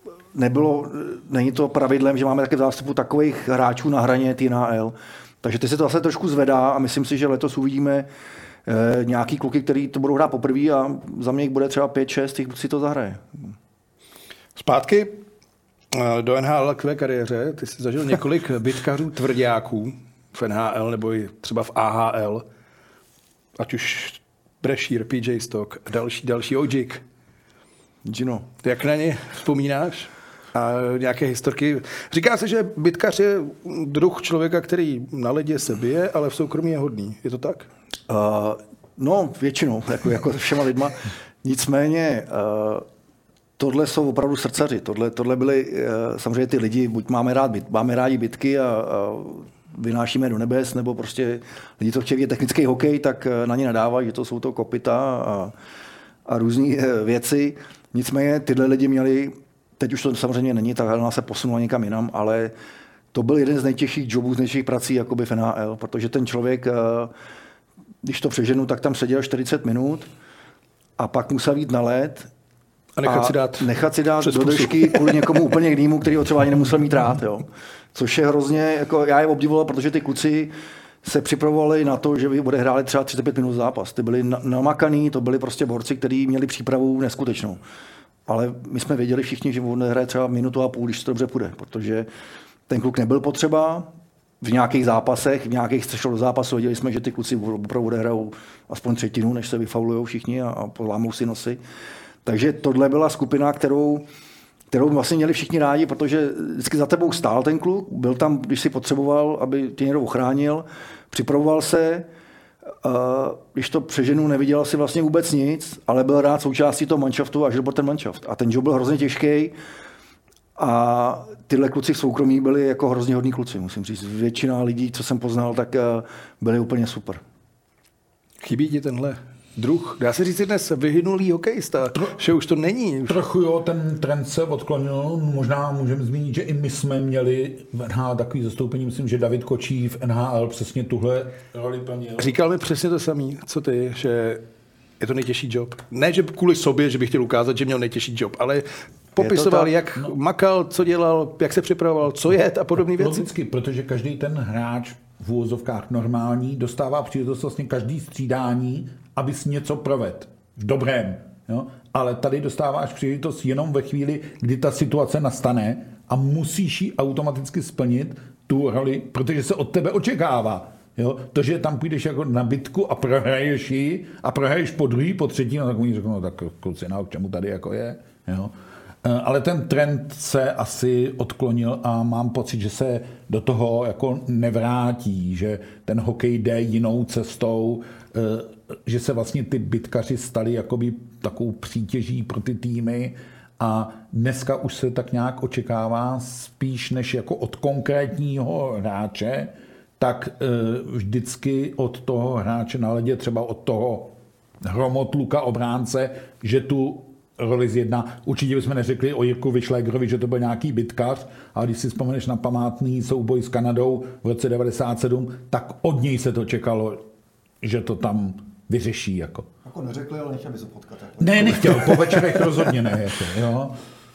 není to pravidlem, že máme také v zástupu takových hráčů na hraně NHL. Takže ty se to zase trošku zvedá a myslím si, že letos uvidíme nějaký kluky, který to budou hrát poprvé a za mě jich bude třeba 5-6, těch si to zahraje. Zpátky do NHL k tvé kariéře. Ty jsi zažil několik bitkařů tvrďáků v NHL nebo i třeba v AHL. Ať už Brashear, PJ Stock, další Ojik. Gino. Jak na ně vzpomínáš? A nějaké historky. Říká se, že bitkař je druh člověka, který na ledě se bije, ale v soukromí je hodný. Je to tak? No, většinou, jako všema lidma. Nicméně, tohle jsou opravdu srdcaři. Tohle byly samozřejmě ty lidi, buď máme rádi bitky a vynášíme do nebes, nebo prostě lidi, co chtějí vidět technický hokej, tak na ně nadávají, že to jsou to kopyta a různé věci. Nicméně tyhle lidi měli, teď už to samozřejmě není, ta hra se posunula někam jinam, ale to byl jeden z nejtěžších jobů, z nejtěžších prací jakoby v NHL, protože ten člověk, když to přeženu, tak tam seděl 40 minut a pak musel jít na led a nechat si dát do držky kvůli někomu úplně jinému, který ho třeba ani nemusel mít rád. Jo. Což je hrozně, jako já je obdivoval, protože ty kluci se připravovali na to, že by odehráli třeba 35 minut zápas. Ty byli namakaný, to byli prostě borci, kteří měli přípravu neskutečnou. Ale my jsme věděli všichni, že on hraje třeba minutu a půl, když to dobře půjde, protože ten kluk nebyl potřeba v nějakých zápasech, v nějakých šlo do zápasu, věděli jsme, že ty kluci opravdu odehrajou aspoň třetinu, než se vyfaulujou všichni a polámou si nosy. Takže tohle byla skupina, kterou vlastně měli všichni rádi, protože vždycky za tebou stál ten kluk, byl tam, když si potřeboval, aby tě někdo ochránil, připravoval se, když to přeženu, neviděl si vlastně vůbec nic, ale byl rád součástí toho manšaftu a žil pro ten manšaft. A ten job byl hrozně těžký a tyhle kluci v soukromí byli jako hrozně hodní kluci, musím říct. Většina lidí, co jsem poznal, tak byli úplně super. Chybí ti tenhle druh? Dá se říct dnes vyhynulý hokejista, že už to není. Trochu jo, ten trend se odklonil. Možná můžeme zmínit, že i my jsme měli v NHL takový zastoupení. Myslím, že David Kočí v NHL přesně tuhle roli plnil. Říkal mi přesně to samý, co ty, že je to nejtěžší job. Ne, že kvůli sobě, že bych chtěl ukázat, že měl nejtěžší job, ale popisoval, jak makal, co dělal, jak se připravoval, co jet a podobné věci. Logicky, protože každý ten hráč v úvozovkách normální dostává příležitost vlastně každý střídání, abys něco provedl v dobrém. Jo? Ale tady dostáváš příležitost jenom ve chvíli, kdy ta situace nastane a musíš ji automaticky splnit tu roli, protože se od tebe očekává. Jo? To, že tam půjdeš jako na bitku a prohraješ ji a prohraješ po druhý, po třetí, no tak oni řeknou, no tak kluci, no, k čemu tady jako je. Jo? Ale ten trend se asi odklonil a mám pocit, že se do toho jako nevrátí, že ten hokej jde jinou cestou, že se vlastně ty bitkaři stali jakoby takovou přítěží pro ty týmy a dneska už se tak nějak očekává spíš než jako od konkrétního hráče, tak vždycky od toho hráče na ledě, třeba od toho hromotluka obránce, že tu roli zjedná. Určitě bychom neřekli o Jirkovi Šlégerovi, že to byl nějaký bitkař, ale když si vzpomeneš na památný souboj s Kanadou v roce 1997, tak od něj se to čekalo, že to tam vyřeší. Jako neřekli, ale nechtěl by se potkat. Ne, nechtěl, po večerech rozhodně ne. Jako, jo.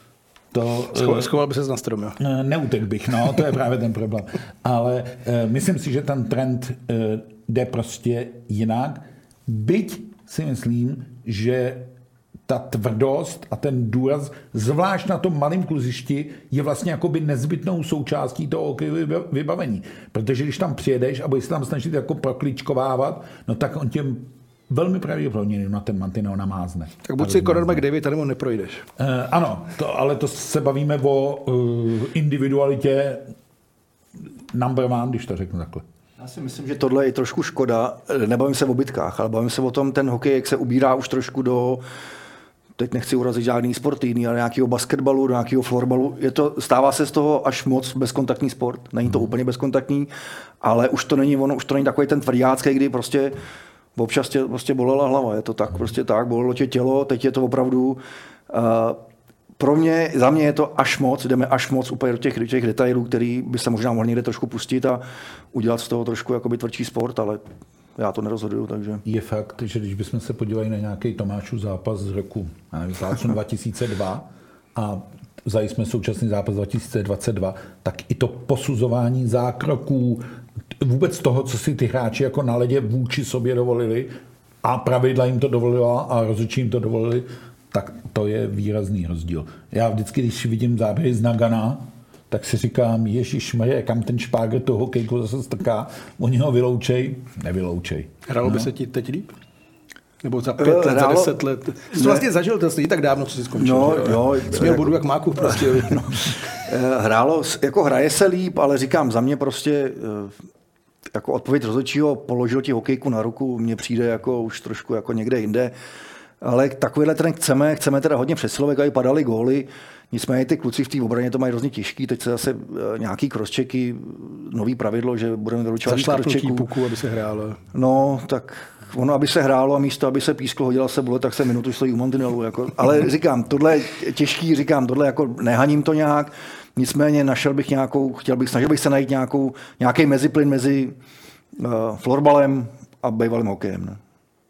Schoval by ses na strom, jo? Neutek bych, no, to je právě ten problém. Ale myslím si, že ten trend jde prostě jinak. Byť si myslím, že ta tvrdost a ten důraz, zvlášť na tom malém kluzišti, je vlastně jakoby nezbytnou součástí toho hokejového vybavení. Protože když tam přijedeš a budeš se tam snažit jako prokličkovávat, no tak on tě velmi pravděpodobně na ten mantinel namázne. Tak buď si Conor McDavid, tady mu neprojdeš. Ano, ale to se bavíme o individualitě number one, když to řeknu takhle. Já si myslím, že tohle je trošku škoda. Nebavím se o bitkách, ale bavím se o tom, ten hokej, jak se ubírá už trošku do, teď nechci urazit žádný sport jiný, ale nějakého basketbalu, do nějakého florbalu. Stává se z toho až moc bezkontaktní sport. Není to úplně bezkontaktní, ale už to není ono, už to není takový ten tvrdácký, kdy prostě občas tě prostě bolela hlava. Je to tak, prostě tak, bolelo tě tělo, teď je to opravdu za mě je to až moc, jdeme až moc úplně do těch detailů, který by se možná mohl někde trošku pustit a udělat z toho trošku jakoby tvrdší sport, ale já to nerozhoduju, takže... Je fakt, že když bychom se podívali na nějaký Tomášův zápas z roku 2002 a vzali jsme současný zápas 2022, tak i to posuzování zákroků, vůbec toho, co si ty hráči jako na ledě vůči sobě dovolili a pravidla jim to dovolila a rozhodčí jim to dovolili, tak to je výrazný rozdíl. Já vždycky, když vidím záběry z Nagana, tak si říkám, ježišmarje, kam ten špágr toho hokejku zase strká, oni ho nevyloučej. Hralo by se ti teď líp? Nebo za 5 let, za 10 let? Jsi to vlastně zažil, to není tak dávno, co jsi skončil. No, jsi měl bodu jak máku prostě. No. Hraje se líp, ale říkám, za mě prostě jako odpověď rozhodčího položil ti hokejku na ruku, mně přijde jako už trošku jako někde jinde. Ale takovýhle trénink chceme teda hodně přesilovek, aby padaly góly. Nicméně ty kluci v té obraně to mají hrozně těžký. Teď se zase nějaký crosschecky, nový pravidlo, že budeme vylučovat crosschecků. Puku, aby se hrálo. No, tak ono, aby se hrálo a místo, aby se písklo, hodila se bule, tak se minutu stojí u mantinelu. Jako. Ale říkám, tohle je těžký, tohle jako nehaním to nějak. Nicméně snažil bych se najít nějaký meziplyn mezi florbalem a bývalým hokejem. Ne?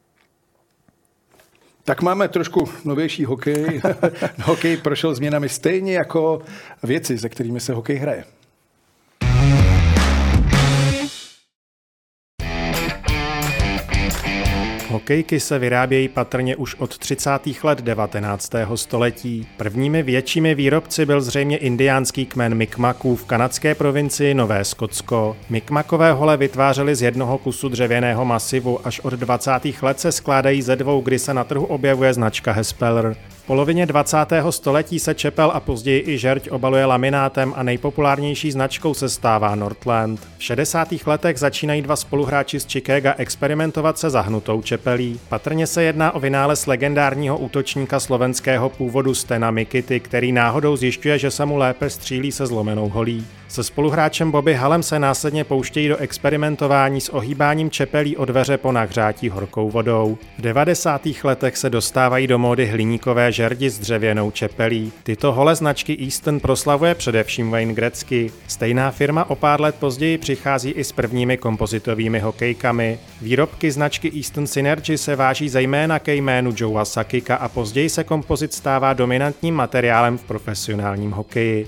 Tak máme trošku novější hokej. Hokej prošel změnami stejně jako věci, se kterými se hokej hraje. Hokejky se vyrábějí patrně už od 30. let 19. století. Prvními většími výrobci byl zřejmě indiánský kmen Micmaců v kanadské provincii Nové Skotsko. Micmacové hole vytvářely z jednoho kusu dřevěného masivu, až od 20. let se skládají ze dvou, kdy se na trhu objevuje značka Hespeler. V polovině 20. století se čepel a později i žerť obaluje laminátem a nejpopulárnější značkou se stává Northland. V 60. letech začínají dva spoluhráči z Chicaga experimentovat se zahnutou čepelí. Patrně se jedná o vynález legendárního útočníka slovenského původu Stena Mikity, který náhodou zjišťuje, že se mu lépe střílí se zlomenou holí. Se spoluhráčem Bobby Hallem se následně pouštějí do experimentování s ohýbáním čepelí o dveře po nahřátí horkou vodou. V 90. letech se dostávají do módy hliníkové žerdi s dřevěnou čepelí. Tyto hole značky Easton proslavuje především Wayne Gretzky. Stejná firma o pár let později přichází i s prvními kompozitovými hokejkami. Výrobky značky Easton Synergy se váží zejména ke jménu Joea Sakika a později se kompozit stává dominantním materiálem v profesionálním hokeji.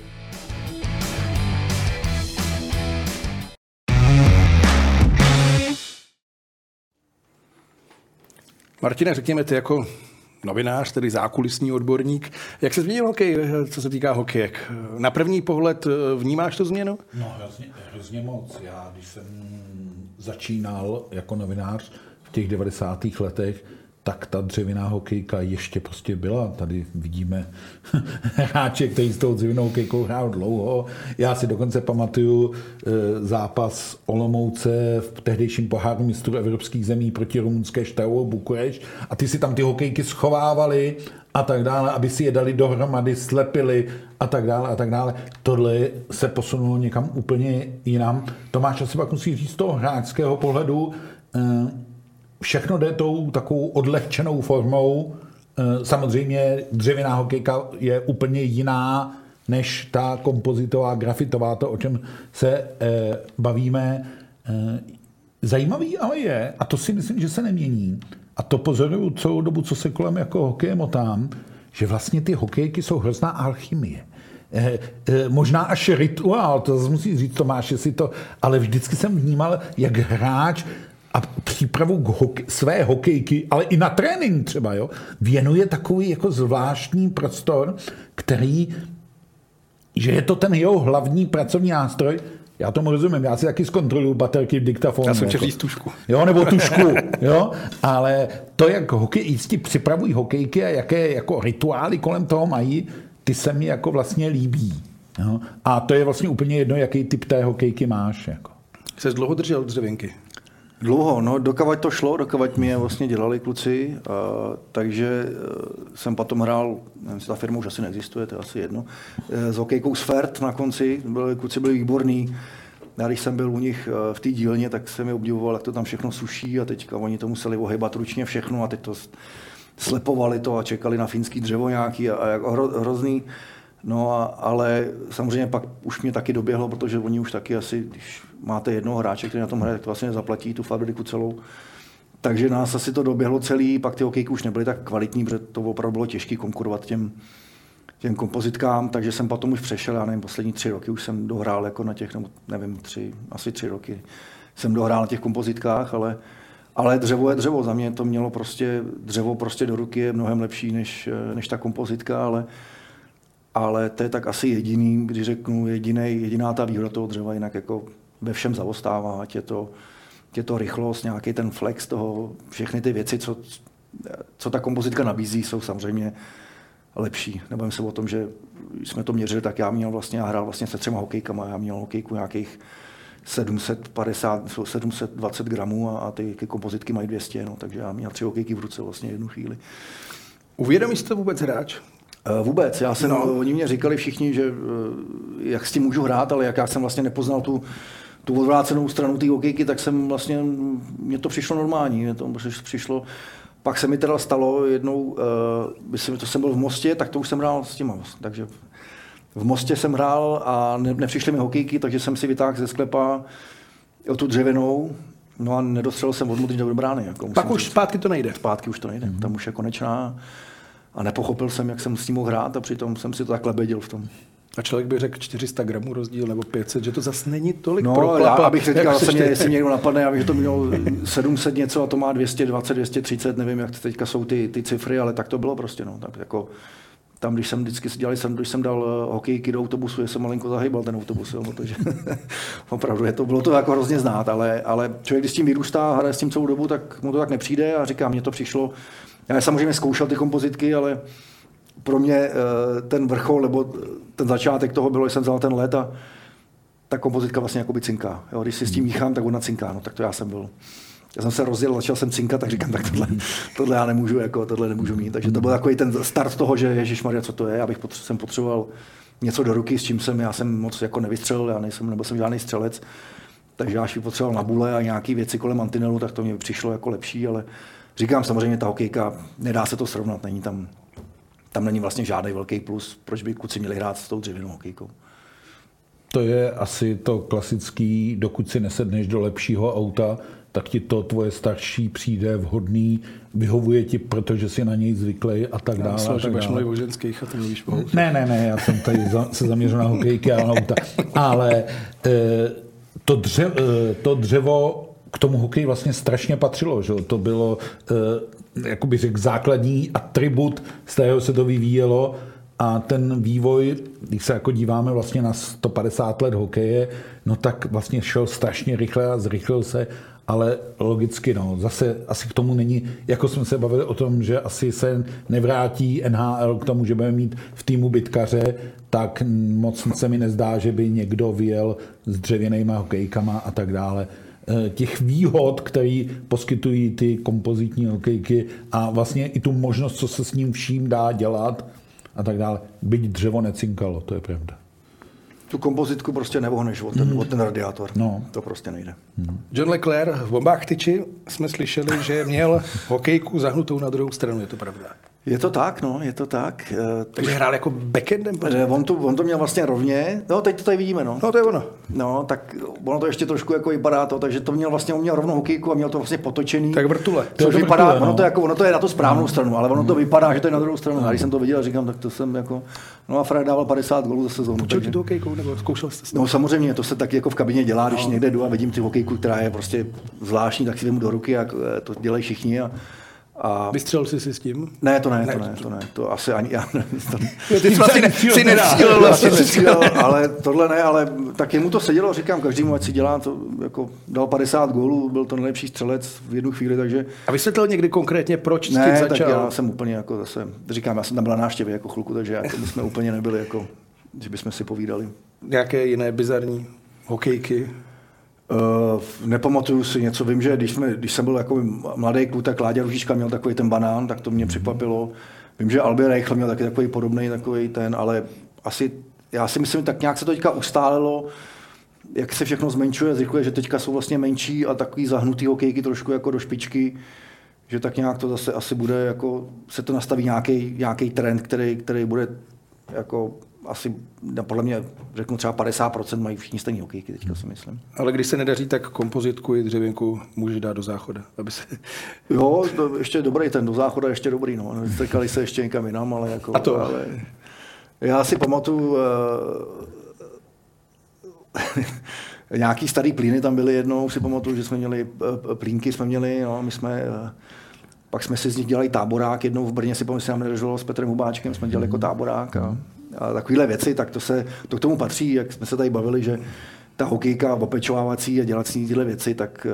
Martine, řekněme ty jako novinář, tedy zákulisní odborník. Jak se změnil hokej, co se týká hokeje? Na první pohled vnímáš tu změnu? No, hrozně moc. Já, když jsem začínal jako novinář v těch 90. letech, tak ta dřevěná hokejka ještě prostě byla. Tady vidíme hráče, kteří s tou dřevěnou hokejkou hrál dlouho. Já si dokonce pamatuju zápas Olomouce v tehdejším poháru mistrů evropských zemí proti rumunské Steaua Bukurešť a ty si tam ty hokejky schovávali a tak dále, aby si je dali dohromady, slepili a tak dále a tak dále. Tohle se posunulo někam úplně jinam. Tomáš asi pak musí říct z toho hráčského pohledu, všechno jde tou takovou odlehčenou formou. Samozřejmě dřevěná hokejka je úplně jiná než ta kompozitová, grafitová, to, o čem se bavíme. Zajímavý ale je, a to si myslím, že se nemění, a to pozoruju celou dobu, co se kolem jako hokeje motám, že vlastně ty hokejky jsou hrozná alchymie. Možná až rituál, to zase musí říct Tomáš, jestli to, ale vždycky jsem vnímal, jak hráč a přípravu své hokejky, ale i na trénink třeba, jo, věnuje takový jako zvláštní prostor, který, že je to ten jeho hlavní pracovní nástroj. Já tomu rozumím, já si taky zkontroluju baterky v diktafonu. Já jsem chtěl říct tušku. Jo, nebo tušku, jo, ale to, jak hokejisti připravují hokejky a jaké jako rituály kolem toho mají, ty se mi jako vlastně líbí. Jo? A to je vlastně úplně jedno, jaký typ té hokejky máš. Jako. Jsi dlouho držel dřevěnky? Dlouho, no, dokavať to šlo, dokavať mi je vlastně dělali kluci, takže jsem potom hrál, nevím, ta firma už asi neexistuje, to je asi jedno, s hokejkou Sfert na konci, kluci byli výborní. Já když jsem byl u nich v té dílně, tak jsem je obdivoval, jak to tam všechno suší a teďka oni to museli ohejbat ručně všechno a teď to slepovali to a čekali na finský dřevo nějaký a jako hrozný. No ale samozřejmě pak už mě taky doběhlo, protože oni už taky asi, když máte jednoho hráče, který na tom hraje, tak to vlastně zaplatí tu fabriku celou. Takže nás asi to doběhlo celý, pak ty hokejky už nebyly tak kvalitní, protože to opravdu bylo těžké konkurovat těm kompozitkám, takže jsem potom už přešel, já nevím, poslední 3 roky už jsem dohrál jako na těch, nebo nevím, asi 3 roky jsem dohrál na těch kompozitkách, ale dřevo je dřevo, za mě to mělo dřevo do ruky je mnohem lepší než ta kompozitka, ale to je tak asi jediný, když řeknu jediná ta výhoda toho dřeva, jinak jako ve všem zaostává, ať je to rychlost, nějaký ten flex toho, všechny ty věci, co ta kompozitka nabízí, jsou samozřejmě lepší. Nebojím se o tom, že jsme to měřili, tak já hrál vlastně se 3 hokejkama, já měl hokejku nějakých 720 gramů a ty kompozitky mají 200, no, takže já měl 3 hokejky v ruce vlastně jednu chvíli. Uvědomíš to vůbec hráč? Vůbec, oni mě říkali všichni, že jak s tím můžu hrát, ale jak já jsem vlastně nepoznal tu odvrácenou stranu té hokejky, tak jsem vlastně, mně to přišlo normální, pak se mi teda stalo jednou, to jsem byl v Mostě, tak to už jsem hrál s těma, takže v Mostě jsem hrál a nepřišly mi hokejky, takže jsem si vytáhl ze sklepa tu dřevěnou, no a nedostřelil jsem od modrý do brány. Jako pak už zpátky to nejde. Zpátky už to nejde, tam už je konečná a nepochopil jsem, jak jsem s tím mohl hrát a přitom jsem si to takhle bedil v tom. A člověk by řekl 400 gramů rozdíl nebo 500, že to zase není tolik pro chlapa. No, abych říkal, jestli někdo napadne, já vím, že to mělo 700 něco a to má 220, 230, nevím, jak teďka jsou ty cifry, ale tak to bylo prostě. No. Tak jako, tam, když jsem vždycky když jsem dal hokejky do autobusu, že jsem malinko zahýbal ten autobus, jo, protože opravdu bylo to jako hrozně znát, ale člověk, když s tím vyrůstá a hraje s tím celou dobu, tak mu to tak nepřijde a říkám, mně to přišlo. Já samozřejmě zkoušel ty kompozitky, ale pro mě ten vrchol, nebo ten začátek toho bylo, že jsem vzal ten let a ta kompozitka vlastně jakoby cinká. Jo, když si s tím míchám, tak ona cinká, no tak to já jsem byl. Já jsem se rozděl, začal jsem cinkat, tak říkám, tak tohle já nemůžu, tohle nemůžu mít. Takže to byl takový ten start toho, že ježišmarja, co to je, jsem potřeboval něco do ruky, s čím já jsem moc jako nevystřelil, nebyl jsem žádný střelec, takže až potřeboval na bule a nějaký věci kolem mantinelu, tak to mě přišlo jako lepší, ale říkám samozřejmě, ta hokejka, nedá se to srovnat, není tam není vlastně žádný velký plus, proč by kluci měli hrát s tou dřevěnou hokejkou. To je asi to klasický, dokud si nesedneš do lepšího auta, tak ti to tvoje starší přijde vhodný, vyhovuje ti, protože si na něj zvyklý a tak dále. Myslím, že máš mluvit o ženských a to mluvíš po autě. Ne, já jsem tady se zaměřil na hokejky a na auta. Ale to dřevo k tomu hokeji vlastně strašně patřilo, že? To bylo, jak bych řekl, základní atribut, z kterého se to vyvíjelo a ten vývoj, když se jako díváme vlastně na 150 let hokeje, no tak vlastně šel strašně rychle a zrychlil se, ale logicky, no, zase asi k tomu není, jako jsme se bavili o tom, že asi se nevrátí NHL k tomu, že budeme mít v týmu bitkaře, tak moc se mi nezdá, že by někdo vyjel s dřevěnejma hokejkama a tak dále. Těch výhod, které poskytují ty kompozitní hokejky a vlastně i tu možnost, co se s ním vším dá dělat a tak dále. Byť dřevo necinkalo, to je pravda. Tu kompozitku prostě nevohneš od ten radiátor. No. To prostě nejde. John Leclerc v Bombách tyči jsme slyšeli, že měl hokejku zahnutou na druhou stranu, je to pravda? Je to tak, no, je to tak. Takže hrál jako backendem? On to měl vlastně rovně, no teď to tady vidíme, no. No to je ono. No, tak ono to ještě trošku jako vypadá to, takže to měl vlastně, on měl rovnou hokejku a měl to vlastně potočený. Tak vrtule. Což vypadá, vrtule, no. ono to je na tu správnou stranu, ale ono to vypadá, že to je na druhou stranu. A když jsem to viděl, říkám, tak to jsem jako, no a Fred dával 50 gólů za sezónu. Počul ti tu hokejku, nebo zkoušel jste si? No samozřejmě, to se taky jako v kabině dělá, když někde jdu a vidím ty hokejku, která je prostě zvláštní, tak si vemu do ruky a to dělají všichni. A vystřelil jsi si s tím? Ne, to ne. To asi ani já nevím. Ty vlastně si nevstřelil vlastně. Ale tohle ne, ale tak jemu to sedělo, říkám každému, ať si dělá, to jako dal 50 gólů, byl to nejlepší střelec v jednu chvíli, takže... A vysvětlil někdy konkrétně, proč s tím začal? Tak já jsem úplně jako zase, říkám, já jsem tam byla návštěvy jako chluku, takže jako my jsme úplně nebyli jako, že bychom si povídali. Nějaké jiné bizarní hokejky? Nepamatuju si něco, vím, že když jsem byl jako mladý kluk, tak Láďa Ružička měl takový ten banán, tak to mě překvapilo. Vím, že Albert Reichl měl taky takový podobný, ale asi, já si myslím, tak nějak se to teďka ustálilo, jak se všechno zmenšuje, zrychluje, že teďka jsou vlastně menší a takový zahnutý hokejky trošku jako do špičky, že tak nějak to zase asi bude, jako se to nastaví nějaký trend, který bude jako asi, podle mě řeknu třeba 50% mají všichni stejný hokejky, teďka si myslím. Ale když se nedaří, tak kompozitku i dřevěnku můžeš dát do záchoda, aby se... Jo, ještě dobrý ten do záchoda, ještě dobrý, no. Strkali se ještě někam jinam, ale jako... A to? Ale já si pamatuju, nějaký starý plíny tam byly jednou, si pamatuju, že jsme měli, plínky jsme měli, no, pak jsme si z nich dělali táborák, jednou v Brně si pamatuju, že nám nedožilo s Petrem Hubáčkem, jsme dělali jako táborák a takovéhle věci, tak to k tomu patří, jak jsme se tady bavili, že ta hokejka opečovávací a dělací tyhle věci, tak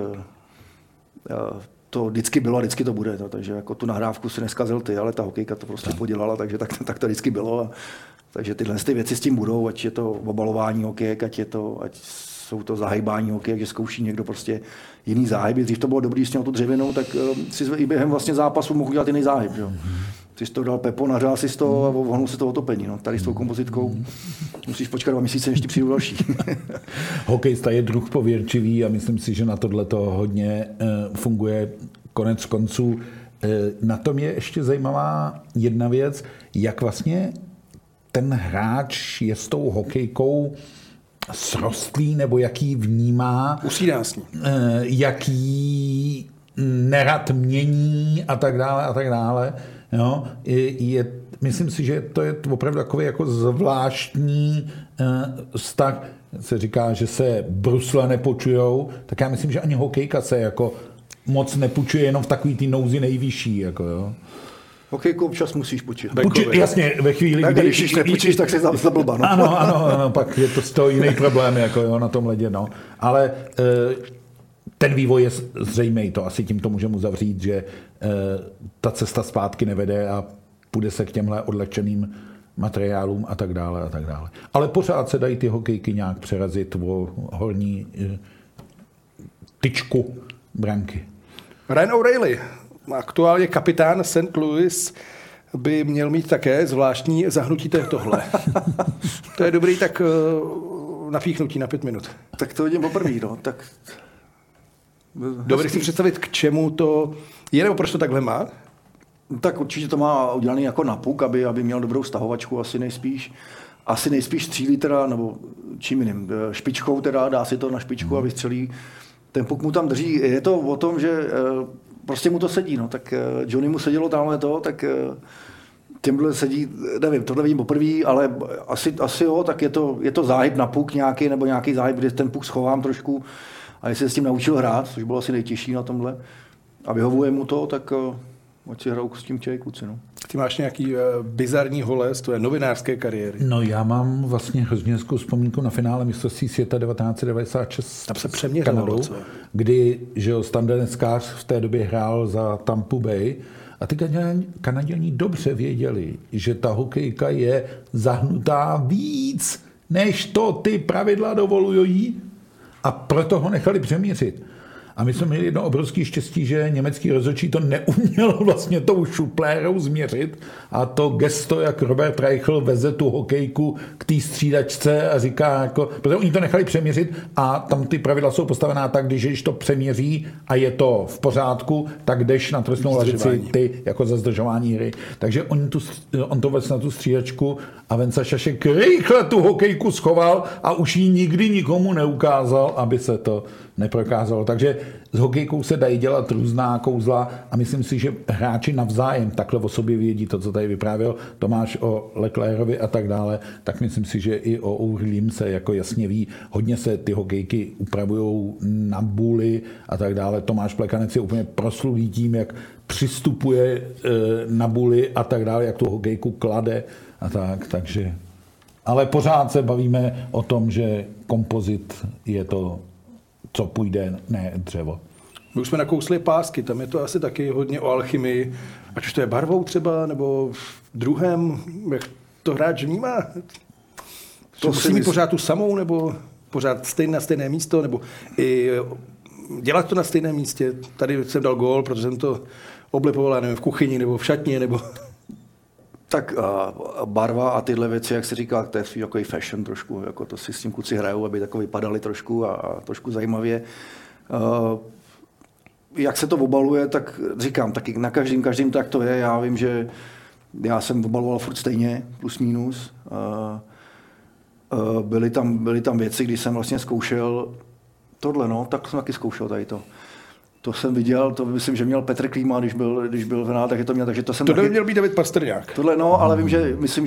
to vždycky bylo a vždycky to bude, takže jako tu nahrávku si neskazil ty, ale ta hokejka to prostě podělala, takže tak to vždycky bylo. Takže tyhle ty věci s tím budou, ať je to obalování hokejek, ať jsou to zahybání hokejek, že zkouší někdo prostě jiný záhyby. Dřív to bylo dobrý, s tu dřevěnou, tak si i během vlastně zápasu mohl dělat jiný záhyb. Jo. Ty jsi to dal pepo, nařál si to a ohnul si to otopení. No. Tady s tou kompozitkou musíš počkat 2 měsíce, než ti přijdu další. Hokejista je druh pověrčivý a myslím si, že na tohle to hodně funguje konec konců. Na tom je ještě zajímavá jedna věc, jak vlastně ten hráč je s tou hokejkou srostlý, nebo jaký vnímá, usídá s ní, jaký nerad mění a tak dále. Jo? Myslím si, že to je opravdu takový jako zvláštní vztah. Se říká, že se brusle nepočujou, tak já myslím, že ani hokejka se jako moc nepočuje, jenom v takový ty nouzi nejvyšší. Jako, jo. Hokejku občas musíš počít. Jasně, ve chvíli, kdy... Když nepočíš, tak jsi za blba. No. Ano, pak je to z toho jiný problém jako, jo, na tom ledě. No. Ale ten vývoj je zřejmý, to asi tímto můžeme uzavřít, že ta cesta zpátky nevede a půjde se k těmhle odlehčeným materiálům a tak dále. Ale pořád se dají ty hokejky nějak přerazit o horní tyčku branky. Ryan O'Reilly, aktuálně kapitán St. Louis, by měl mít také zvláštní zahnutí tohle. To je dobrý tak napíchnutí na 5 minut. Tak to vidím poprvé, no. Tak... Dobrý si představit, k čemu to je, nebo proč to takhle má? Tak určitě to má udělaný jako na puk, aby měl dobrou stahovačku, asi nejspíš střílí teda, nebo čím jiným, špičkou teda, dá si to na špičku a vystřelí. Ten puk mu tam drží. Je to o tom, že prostě mu to sedí, no. Tak Johnny mu sedělo tamhle to, tak těmhle sedí, nevím, tohle vidím poprvé, ale asi jo, tak je to záhyb na puk nějaký, nebo nějaký záhyb, kde ten puk schovám trošku. A jestli se s tím naučil hrát, což bylo asi nejtěžší na tomhle, a vyhovuje mu to, tak ať si hrajou s tím kluci. No. Ty máš nějaký bizarní hole z tvé novinářské kariéry? No já mám vlastně hrozně hezkou vzpomínku na finále mistrovství světa 1996 tam se přeměřilo, kdy Standa Neskář v té době hrál za Tampa Bay a ty Kanaděni dobře věděli, že ta hokejka je zahnutá víc, než to ty pravidla dovolují, a proto ho nechali přemířit. A my jsme měli jedno obrovské štěstí, že německý rozhodčí to neuměl vlastně tou šuplérou změřit a to gesto, jak Robert Reichel veze tu hokejku k té střídačce a říká, jako, protože oni to nechali přeměřit a tam ty pravidla jsou postavená tak, když to přeměří a je to v pořádku, tak jdeš na trestnou lavici ty jako za zdržování hry. Takže on to vez na tu střídačku a Venca Šašek rychle tu hokejku schoval a už ji nikdy nikomu neukázal, aby se to neprokázalo. Takže s hokejkou se dají dělat různá kouzla a myslím si, že hráči navzájem takhle o sobě vědí to, co tady vyprávěl Tomáš o Leclercovi a tak dále, tak myslím si, že i o O'Reillym se jako jasně ví. Hodně se ty hokejky upravujou na buly a tak dále. Tomáš Plekanec je úplně proslulý tím, jak přistupuje na buly a tak dále, jak tu hokejku klade a tak, takže... Ale pořád se bavíme o tom, že kompozit je to, co půjde, ne dřevo. My už jsme nakousli pásky, tam je to asi taky hodně o alchymii, ať už to je barvou třeba, nebo druhem, jak to hráč vnímá. To musí mít pořád tu samou, nebo pořád na stejné místo, nebo i dělat to na stejném místě. Tady jsem dal gól, protože jsem to oblipoval, nevím, v kuchyni, nebo v šatně, nebo... Tak barva a tyhle věci, jak se říká, to je takový fashion trošku, jako to si s tím kluci hrajou, aby takový vypadali trošku a trošku zajímavě. jak se to obaluje, tak říkám, taky na každým tak to je. Já vím, že já jsem obaloval furt stejně, plus minus. Byly tam věci, kdy jsem vlastně zkoušel tohle, no, tak jsem taky zkoušel tady to. To jsem viděl, to myslím, že měl Petr Klíma, když byl v tak je to měl, takže to jsem taky... měl být David Pastrňák. Tohle, no, ale myslím,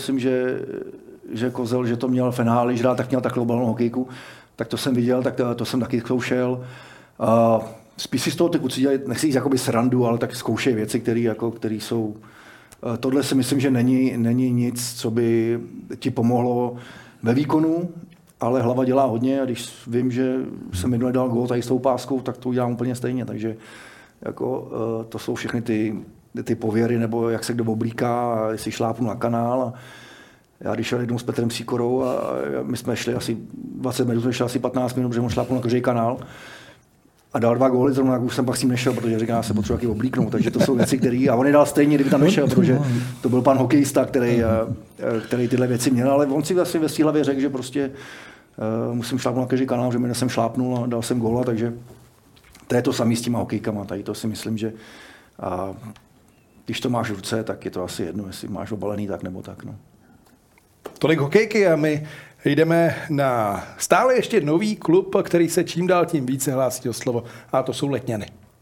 že Kozel, že to měl Fenály, že tak měl takhle obalnou hokejku, tak to jsem viděl, tak to jsem taky zkoušel. Spíš si z toho ty kluci dělají, nechci jít jakoby srandu, ale tak zkoušejí věci, které jsou... Tohle si myslím, že není nic, co by ti pomohlo ve výkonu, ale hlava dělá hodně a když vím, že jsem minule dal gól tady s tou páskou, tak to udělám úplně stejně. Takže jako, to jsou všechny ty pověry, nebo jak se kdo oblíká, a jestli šlápnu na kanál. A já když šel jednou s Petrem Síkorou a my jsme šli asi 20 minut, jsme šli asi 15 minut, protože on šlápnul na každý kanál. A dal 2 góly, zrovna už jsem pak s ním nešel, protože říká, já se potřebuji taky oblíknout, takže to jsou věci, které... A on je dal stejně, kdyby tam nešel, protože to byl pan hokejista, který tyhle věci měl, ale on si asi ve svý hlavě řekl, že prostě musím šlápnout na každý kanál, že mi jsem šlápnul a dal jsem góla, takže to je to samé s těma hokejkama. Tady to si myslím, že když to máš v ruce, tak je to asi jedno, jestli máš obalený tak nebo tak. No. Tolik hokejky a my jdeme na stále ještě nový klub, který se čím dál tím více hlásí o slovo, a to jsou Letňany.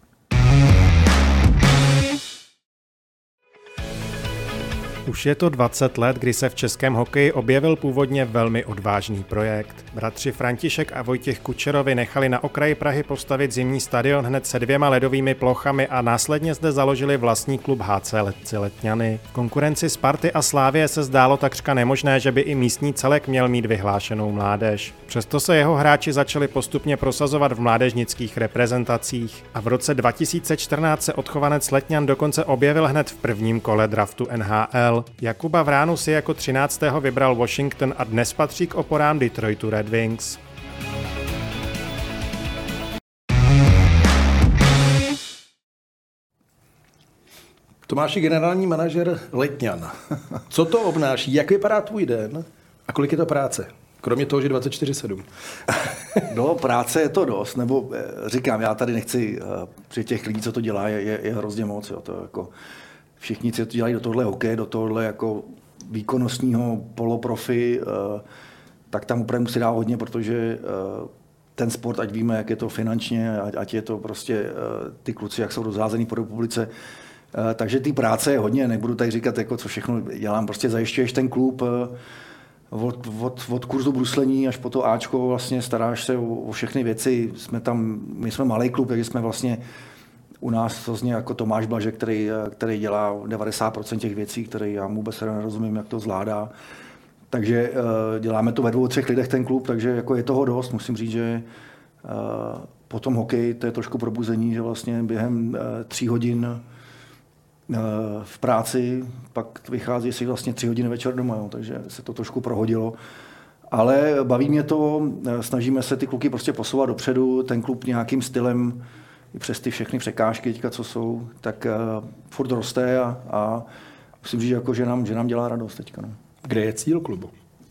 Už je to 20 let, kdy se v českém hokeji objevil původně velmi odvážný projekt. Bratři František a Vojtěch Kučerovi nechali na okraji Prahy postavit zimní stadion hned se 2 ledovými plochami a následně zde založili vlastní klub HC Letci Letňany. V konkurenci Sparty a Slávie se zdálo takřka nemožné, že by i místní celek měl mít vyhlášenou mládež. Přesto se jeho hráči začali postupně prosazovat v mládežnických reprezentacích a v roce 2014 se odchovanec Letňan dokonce objevil hned v prvním kole draftu NHL. Jakuba Vránu si jako 13. vybral Washington a dnes patří k oporám Detroitu Red Wings. Tomáši, generální manažer Letňan. Co to obnáší? Jak vypadá tvůj den? A kolik je to práce? Kromě toho, že 24/7. No, práce je to dost, nebo říkám, já tady nechci, při těch lidí, co to dělá, je hrozně moc. Jo, to jako, všichni, co to dělají do tohle hokeje, do tohle jako výkonnostního poloprofi, tak tam opravdu musí dát hodně, protože ten sport, ať víme, jak je to finančně, ať je to prostě ty kluci, jak jsou rozházený po republice, takže ty práce je hodně, nebudu tady říkat, jako, co všechno dělám, prostě zajišťuješ ten klub od kurzu bruslení až po to Ačko, vlastně staráš se o všechny věci, my jsme malý klub, takže jsme vlastně u nás to zně jako Tomáš Blažek, který dělá 90% těch věcí, které já vůbec nerozumím, jak to zvládá. Takže děláme to ve 2-3 lidech ten klub, takže jako je toho dost. Musím říct, že potom hokej, to je trošku probuzení, že vlastně během 3 hodin v práci, pak vychází si vlastně 3 hodiny večer doma, jo, takže se to trošku prohodilo. Ale baví mě to, snažíme se ty kluky prostě posouvat dopředu, ten klub nějakým stylem, i přes ty všechny překážky, teďka, co jsou, tak furt roste a musím říct, jako, že nám dělá radost teďka. No. Kde je cíl klubu?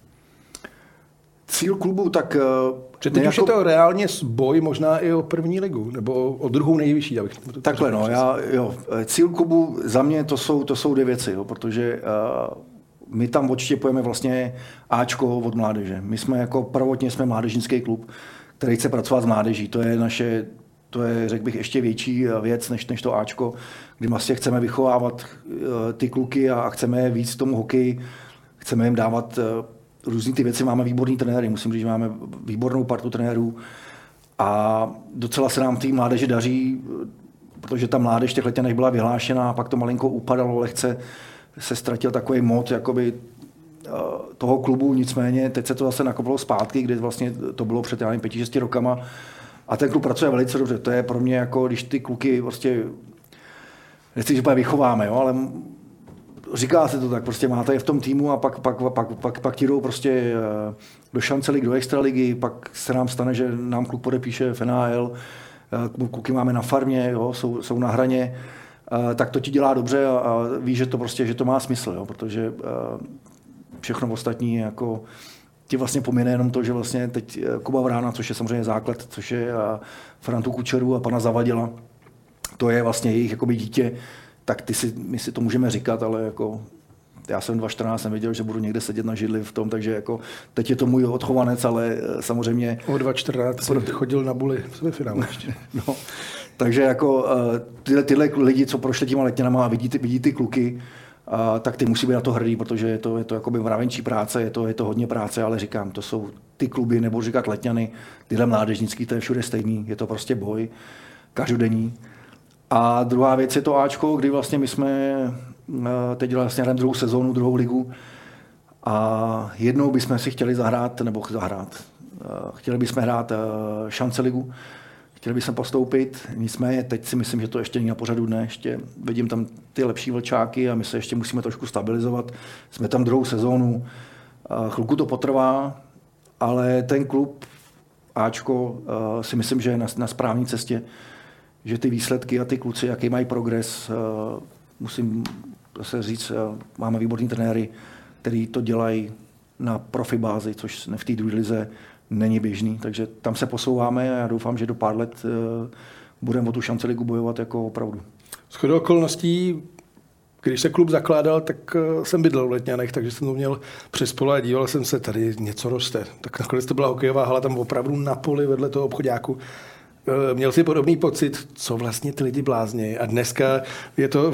Cíl klubu, tak... Teď už je to reálně boj možná i o první ligu, nebo o druhou nejvyšší. Takhle, no, cíl klubu za mě to jsou 2 věci, jo, protože my tam odštěpujeme vlastně Ačko od mládeže. My jsme jako prvotně mládežnický klub, který chce pracovat s mládeží. To je, řekl bych, ještě větší věc než to Ačko, kdy vlastně chceme vychovávat ty kluky a chceme je víc tomu hokeji, chceme jim dávat různý ty věci, máme výborný trenéry, musím říct, že máme výbornou partu trenérů a docela se nám té mládeži daří, protože ta mládež těch Letňanech byla vyhlášená a pak to malinko upadalo lehce, se ztratil takový mod jakoby toho klubu, nicméně teď se to zase nakoplo zpátky, kdy vlastně to bylo před 5-6 rokama. A ten klub pracuje velice dobře. To je pro mě jako, když ty kluky prostě, nechci, že vychováme, jo, ale říká se to tak, prostě máte je v tom týmu a pak ti jdou prostě do šance ligy, do extraligy, pak se nám stane, že nám kluk podepíše v NHL, kluky máme na farmě, jo, jsou na hraně, tak to ti dělá dobře a víš, že to prostě, že to má smysl, jo, protože všechno ostatní jako ti vlastně pomine jenom to, že vlastně teď Kuba Vrána, což je samozřejmě základ, což je Frantu Kučeru a pana Zavadila, to je vlastně jejich jakoby dítě, tak my si to můžeme říkat, ale jako já jsem 2014 nevěděl, že budu někde sedět na židli v tom, takže jako teď je to můj odchovanec, ale samozřejmě... O 2014 jsem chodil na Buli v semifinále ještě. No, takže jako tyhle lidi, co prošli těma Letňanama a vidí ty kluky, tak ty musí být na to hrdý, protože je to jakoby mravenčí práce, je to hodně práce, ale říkám, to jsou ty kluby, nebo říkat Letňany, tyhle mládežnický, to je všude stejný, je to prostě boj, každodenní. A druhá věc je to Ačko, kdy vlastně my jsme teď vlastně hrajeme druhou sezónu, druhou ligu a jednou bychom si chtěli chtěli bychom hrát šance ligu, chtěli bychom postoupit, nicméně teď si myslím, že to ještě není na pořadu dne, ještě vidím tam ty lepší vlčáky a my se ještě musíme trošku stabilizovat. Jsme tam druhou sezónu, chvilku to potrvá, ale ten klub Ačko si myslím, že je na správné cestě, že ty výsledky a ty kluci, jaký mají progres, musím zase říct, máme výborní trenéry, který to dělají na profi bázi, což v té druhé lize není běžný, takže tam se posouváme a já doufám, že do pár let budeme o tu šanci ligu bojovat jako opravdu. Shodou okolností, když se klub zakládal, tak jsem bydlel v Letňanech, takže jsem to měl přes pole a díval jsem se, tady něco roste. Tak nakonec to byla hokejová hala tam opravdu na poli vedle toho obchoďáku. Měl si podobný pocit, co vlastně ty lidi blázní a dneska je to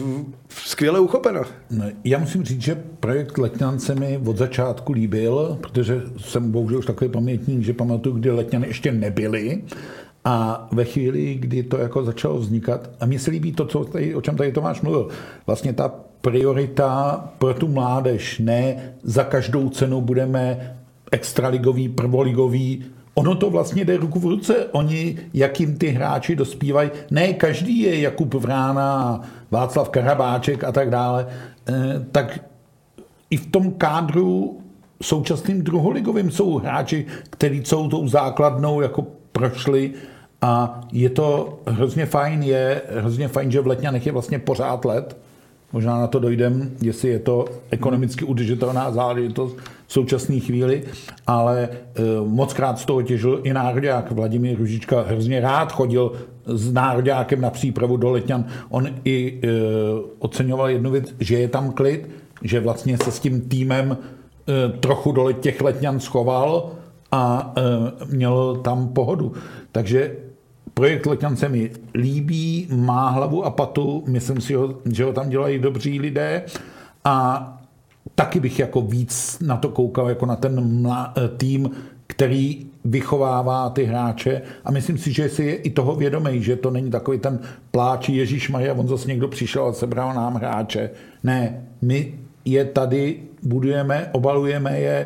skvěle uchopeno. Já musím říct, že projekt Letňan se mi od začátku líbil, protože jsem bohužel už takový pamětník, že pamatuju, kdy Letňany ještě nebyly a ve chvíli, kdy to jako začalo vznikat, a mně se líbí to, o čem tady Tomáš mluvil, vlastně ta priorita pro tu mládež, ne za každou cenu budeme extraligový, prvoligový. Ono to vlastně jde ruku v ruce. Oni, jak jim ty hráči dospívají, ne každý je Jakub Vrána, Václav Karabáček a tak dále, tak i v tom kádru současným druholigovým jsou hráči, kteří celou tou základnou jako prošli a je to hrozně fajn, že v Letňanech je vlastně pořád let. Možná na to dojdem, jestli je to ekonomicky udržitelná záležitost v současné chvíli, ale mockrát z toho těžil i nároďák. Vladimír Ružička hrozně rád chodil s nároďákem na přípravu do Letňan. On i oceňoval jednu věc, že je tam klid, že vlastně se s tím týmem trochu do těch Letňan schoval a měl tam pohodu. Takže projekt Letňan se mi líbí, má hlavu a patu, myslím si, že ho tam dělají dobří lidé a taky bych jako víc na to koukal, jako na ten tým, který vychovává ty hráče a myslím si, že si je i toho vědomý, že to není takový ten pláč Ježíšmarja, on zase někdo přišel a sebral nám hráče. Ne, my je tady budujeme, obalujeme je.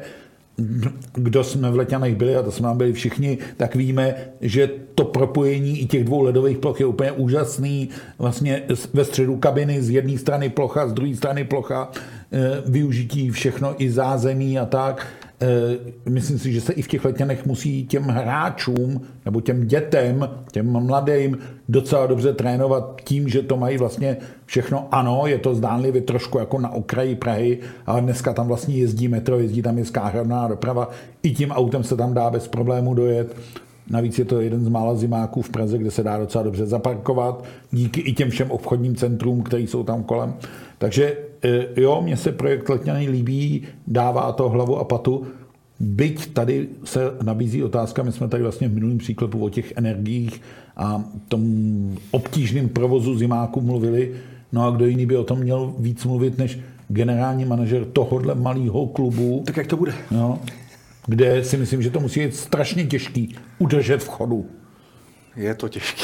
Kdo jsme v Letňanech byli, a to jsme tam byli všichni, tak víme, že to propojení i těch dvou ledových ploch je úplně úžasný. Vlastně ve středu kabiny z jedné strany plocha, z druhé strany plocha, využití všechno i zázemí a tak. Myslím si, že se i v těch Letňanech musí těm hráčům nebo těm dětem, těm mladým docela dobře trénovat tím, že to mají vlastně všechno. Ano, je to zdánlivě trošku jako na okraji Prahy, ale dneska tam vlastně jezdí metro, jezdí tam městská hromadná doprava. I tím autem se tam dá bez problému dojet. Navíc je to jeden z mála zimáků v Praze, kde se dá docela dobře zaparkovat, díky i těm všem obchodním centrům, které jsou tam kolem. Takže jo, mně se projekt Letňany líbí, dává to hlavu a patu. Byť tady se nabízí otázka, my jsme tady vlastně v minulém příkladu o těch energiích a tom obtížném provozu zimáků mluvili, no a kdo jiný by o tom měl víc mluvit, než generální manažer tohohle malého klubu. Tak jak to bude? No, kde si myslím, že to musí být strašně těžký udržet v chodu. Je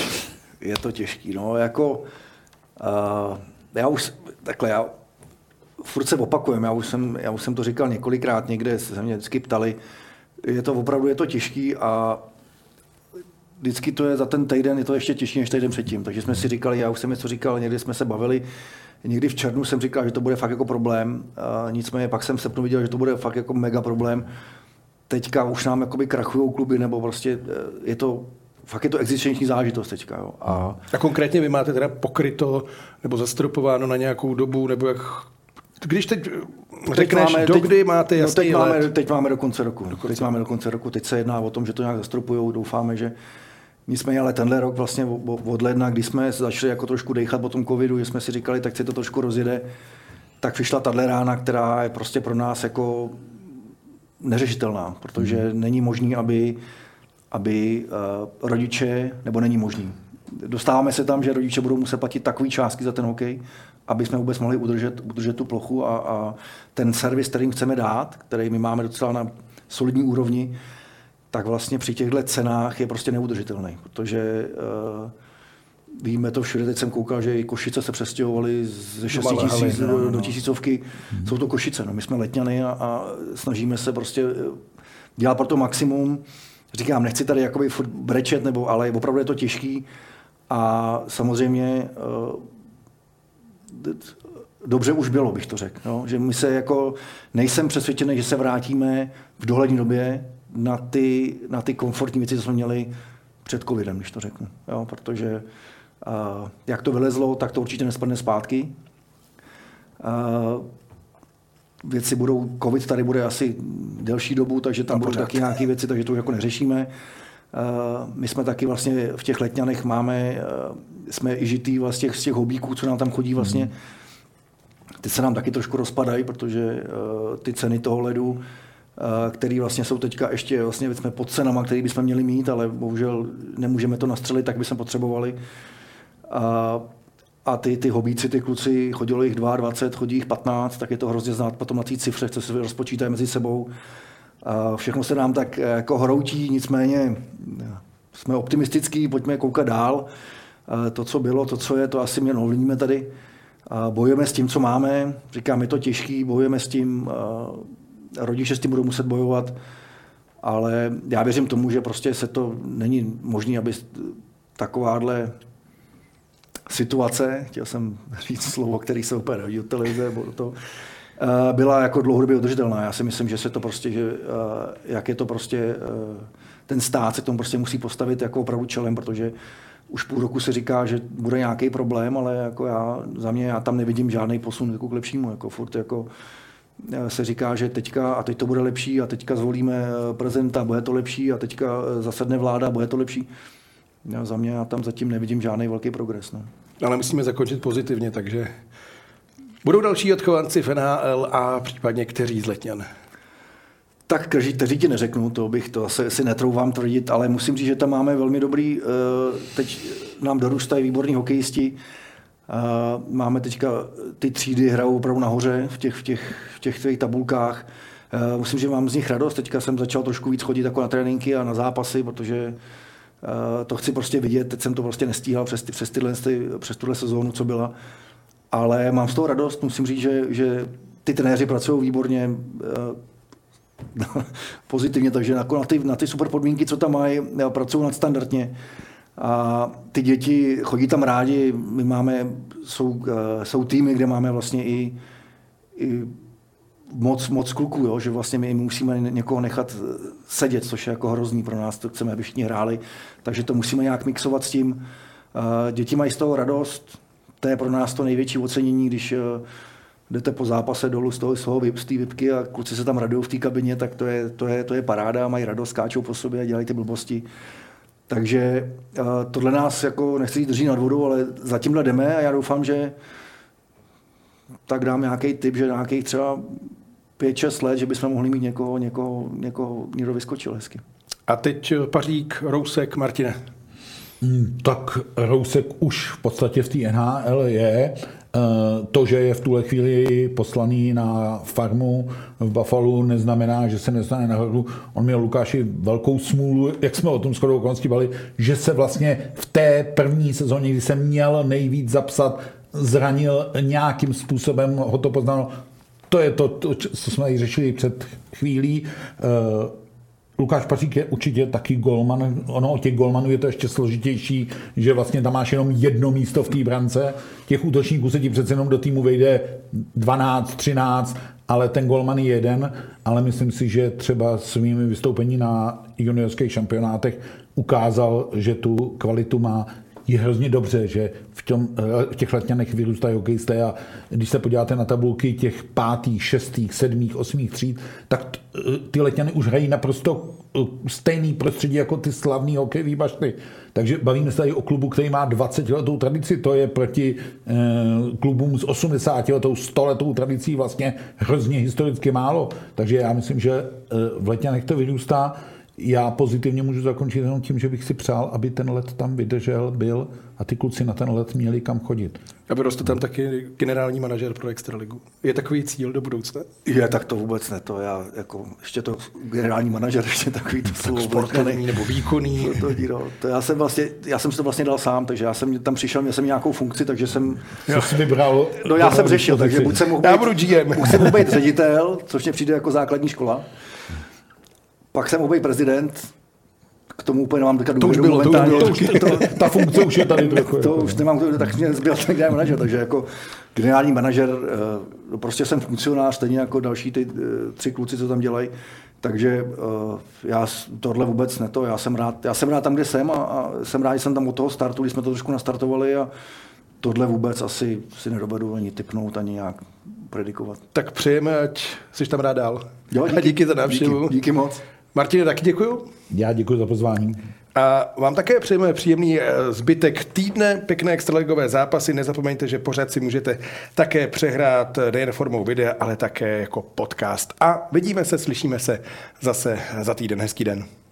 to těžký, no, jako já furt se opakujem, já už jsem to říkal několikrát, někde se mě vždycky ptali, opravdu je to těžký a vždycky to je za ten týden, je to ještě těžší než týden předtím, takže jsme si říkali, já už jsem něco říkal, někdy jsme se bavili, někdy v červnu jsem říkal, že to bude fakt jako problém, nicméně pak jsem v srpnu viděl, že to bude fakt jako mega problém. Teďka už nám jakoby krachujou kluby, nebo prostě fakt je to existenční záležitost teďka. Jo. A konkrétně vy máte teda pokryto nebo zastropováno na nějakou dobu, nebo jak... Když teď řekneš, dokdy máte jasný let? Teď máme do konce roku. Teď se jedná o tom, že to nějak zastropujou. Doufáme, že Nicméně, ale tenhle rok vlastně od ledna, kdy jsme začali jako trošku dejchat po tom covidu, že jsme si říkali, tak se to trošku rozjede, tak přišla tahle rána, která je prostě pro nás jako neřešitelná, protože není možný, aby rodiče, nebo není možný. Dostáváme se tam, že rodiče budou muset platit takový částky za ten hokej, aby jsme vůbec mohli udržet tu plochu a ten servis, který jim chceme dát, který my máme docela na solidní úrovni, tak vlastně při těchto cenách je prostě neudržitelný, protože víme to všude, teď jsem koukal, že i Košice se přestěhovaly ze 6 000 do 1000. Jsou to Košice, no, my jsme Letňany a snažíme se prostě dělat pro to maximum. Říkám, nechci tady jakoby furt brečet, ale opravdu je to těžký a samozřejmě dobře už bylo, bych to řekl. No? Že my se jako, nejsem přesvědčený, že se vrátíme v dohledné době na ty komfortní věci, co jsme měli před covidem, když to řeknu. Jo? Protože jak to vylezlo, tak to určitě nespadne zpátky. Věci budou, covid tady bude asi delší dobu, takže tam budou taky nějaké věci, takže to už jako neřešíme. My jsme taky vlastně v těch Letňanech jsme i žitý vlastně z těch hobíků, co nám tam chodí vlastně. Ty se nám taky trošku rozpadají, protože ty ceny toho ledu, který vlastně jsou teďka ještě vlastně jsme pod cenama, který bychom měli mít, ale bohužel nemůžeme to nastřelit, tak bychom potřebovali. A ty hobíci, ty kluci, chodilo jich 22, chodí jich 15, tak je to hrozně znát potom na té cifře, co se rozpočítají mezi sebou. A všechno se nám tak jako hroutí, nicméně jsme optimistický, pojďme koukat dál. To, co bylo, to, co je, to asi mě ovlivníme tady. Bojujeme s tím, co máme, říkám, je to těžký, bojujeme s tím, rodiče s tím budou muset bojovat, ale já věřím tomu, že prostě se to není možné, aby takováhle situace, chtěl jsem říct slovo, který se úplně hodí od televize, byla jako dlouhodobě udržitelná. Já si myslím, že se to prostě, že jak je to prostě, ten stát se k tomu prostě musí postavit jako opravdu čelem, protože už půl roku se říká, že bude nějaký problém, ale jako za mě já tam nevidím žádný posun jako k lepšímu. Jako furt jako se říká, že teď to bude lepší a teďka zvolíme prezidenta, bude to lepší a teďka zasedne vláda, bude to lepší. Za mě já tam zatím nevidím žádný velký progres. No. Ale musíme zakončit pozitivně, takže budou další odchovanci v NHL a případně kteří z Letňan? Tak kteří ti neřeknu, to asi netrouvám tvrdit, ale musím říct, že tam máme velmi dobrý, teď nám dorůstají výborní hokejisti, máme teďka ty třídy, hrajou opravdu nahoře v těch tabulkách. Musím, že mám z nich radost, teďka jsem začal trošku víc chodit jako na tréninky a na zápasy, protože to chci prostě vidět, teď jsem to prostě nestíhal přes tuhle sezónu, co byla, ale mám z toho radost, musím říct, že ty trenéři pracují výborně, pozitivně, takže na ty super podmínky, co tam mají, pracují nadstandardně. A ty děti chodí tam rádi, jsou týmy, kde máme vlastně i moc kluků, jo? Že vlastně my musíme někoho nechat sedět, což je jako hrozný pro nás, to chceme, aby všichni hráli, takže to musíme nějak mixovat s tím. Děti mají z toho radost, to je pro nás to největší ocenění, když jdete po zápase dolů z té vipky a kluci se tam radují v té kabině, tak to je paráda, mají radost, skáčou po sobě a dělají ty blbosti. Takže tohle nás, jako nechci drží nad vodou, ale zatímhle jdeme a já doufám, že tak dám nějaký tip, že nějakých třeba 5-6 let, že bychom mohli mít někdo vyskočil hezky. A teď Pařík, Rousek, Martine. Tak Rousek už v podstatě v té NHL je. To, že je v tuhle chvíli poslaný na farmu v Buffalo, neznamená, že se nestane na hru. On měl, Lukáši, velkou smůlu, jak jsme o tom shodou okolností bavili, že se vlastně v té první sezóně, kdy se měl nejvíc zapsat, zranil nějakým způsobem, ho to poznalo. To je to, co jsme řešili před chvílí. Lukáš Pařík je určitě taky golman. Ono od těch golmanů je to ještě složitější, že vlastně tam máš jenom jedno místo v té brance. Těch útočníků se ti přece jenom do týmu vejde 12, 13, ale ten golman je jeden. Ale myslím si, že třeba svými vystoupení na juniorských šampionátech ukázal, že tu kvalitu má. je hrozně dobře, že v těch Letňanech vyrůstají hokejisté a když se podíváte na tabulky těch 5., 6., 7., 8. tříd, tak ty Letňany už hrají naprosto stejný prostředí jako ty slavný hokejový bašty. Takže bavíme se tady o klubu, který má 20letou tradici, to je proti klubům s 80letou, 100letou tradicí vlastně hrozně historicky málo. Takže já myslím, že v Letňanech to vyrůstá. Já pozitivně můžu zakončit jenom tím, že bych si přál, aby ten let tam vydržel, byl a ty kluci na ten let měli kam chodit. A vyroste tam taky generální manažer pro Extraligu. Je takový cíl do budoucna? Je, tak to vůbec ne. To já jako, ještě to generální manažer, ještě takový to slovo. Sportovní nebo výkonný. To já jsem si to vlastně dal sám, takže já jsem tam přišel, měl jsem nějakou funkci, takže jsem... Co jsi vybral? No já jsem řešil, takže buď jsem mohl být ředitel, což mě přijde jako základní škola. Pak jsem mohl být prezident, k tomu úplně nemám teďka důvodu. Ta funkce už je tady trochu. To už nemám, tak mě zbyl ten generální manažer, takže jako generální manažer, prostě jsem funkcionář, stejně jako další ty 3 kluci, co tam dělají, takže já tohle vůbec ne to, já jsem rád tam, kde jsem a jsem rád, že jsem tam od toho startu, když jsme to trošku nastartovali a tohle vůbec asi si nedovedu ani tipnout, ani nějak predikovat. Tak přejeme, ať jsi tam rád dál. Jo, díky za návštěvu. Díky moc. Martine, taky děkuju. Já děkuji za pozvání. A vám také přejeme příjemný zbytek týdne, pěkné extraligové zápasy. Nezapomeňte, že pořád si můžete také přehrát nejen formou videa, ale také jako podcast. A vidíme se, slyšíme se zase za týden. Hezký den.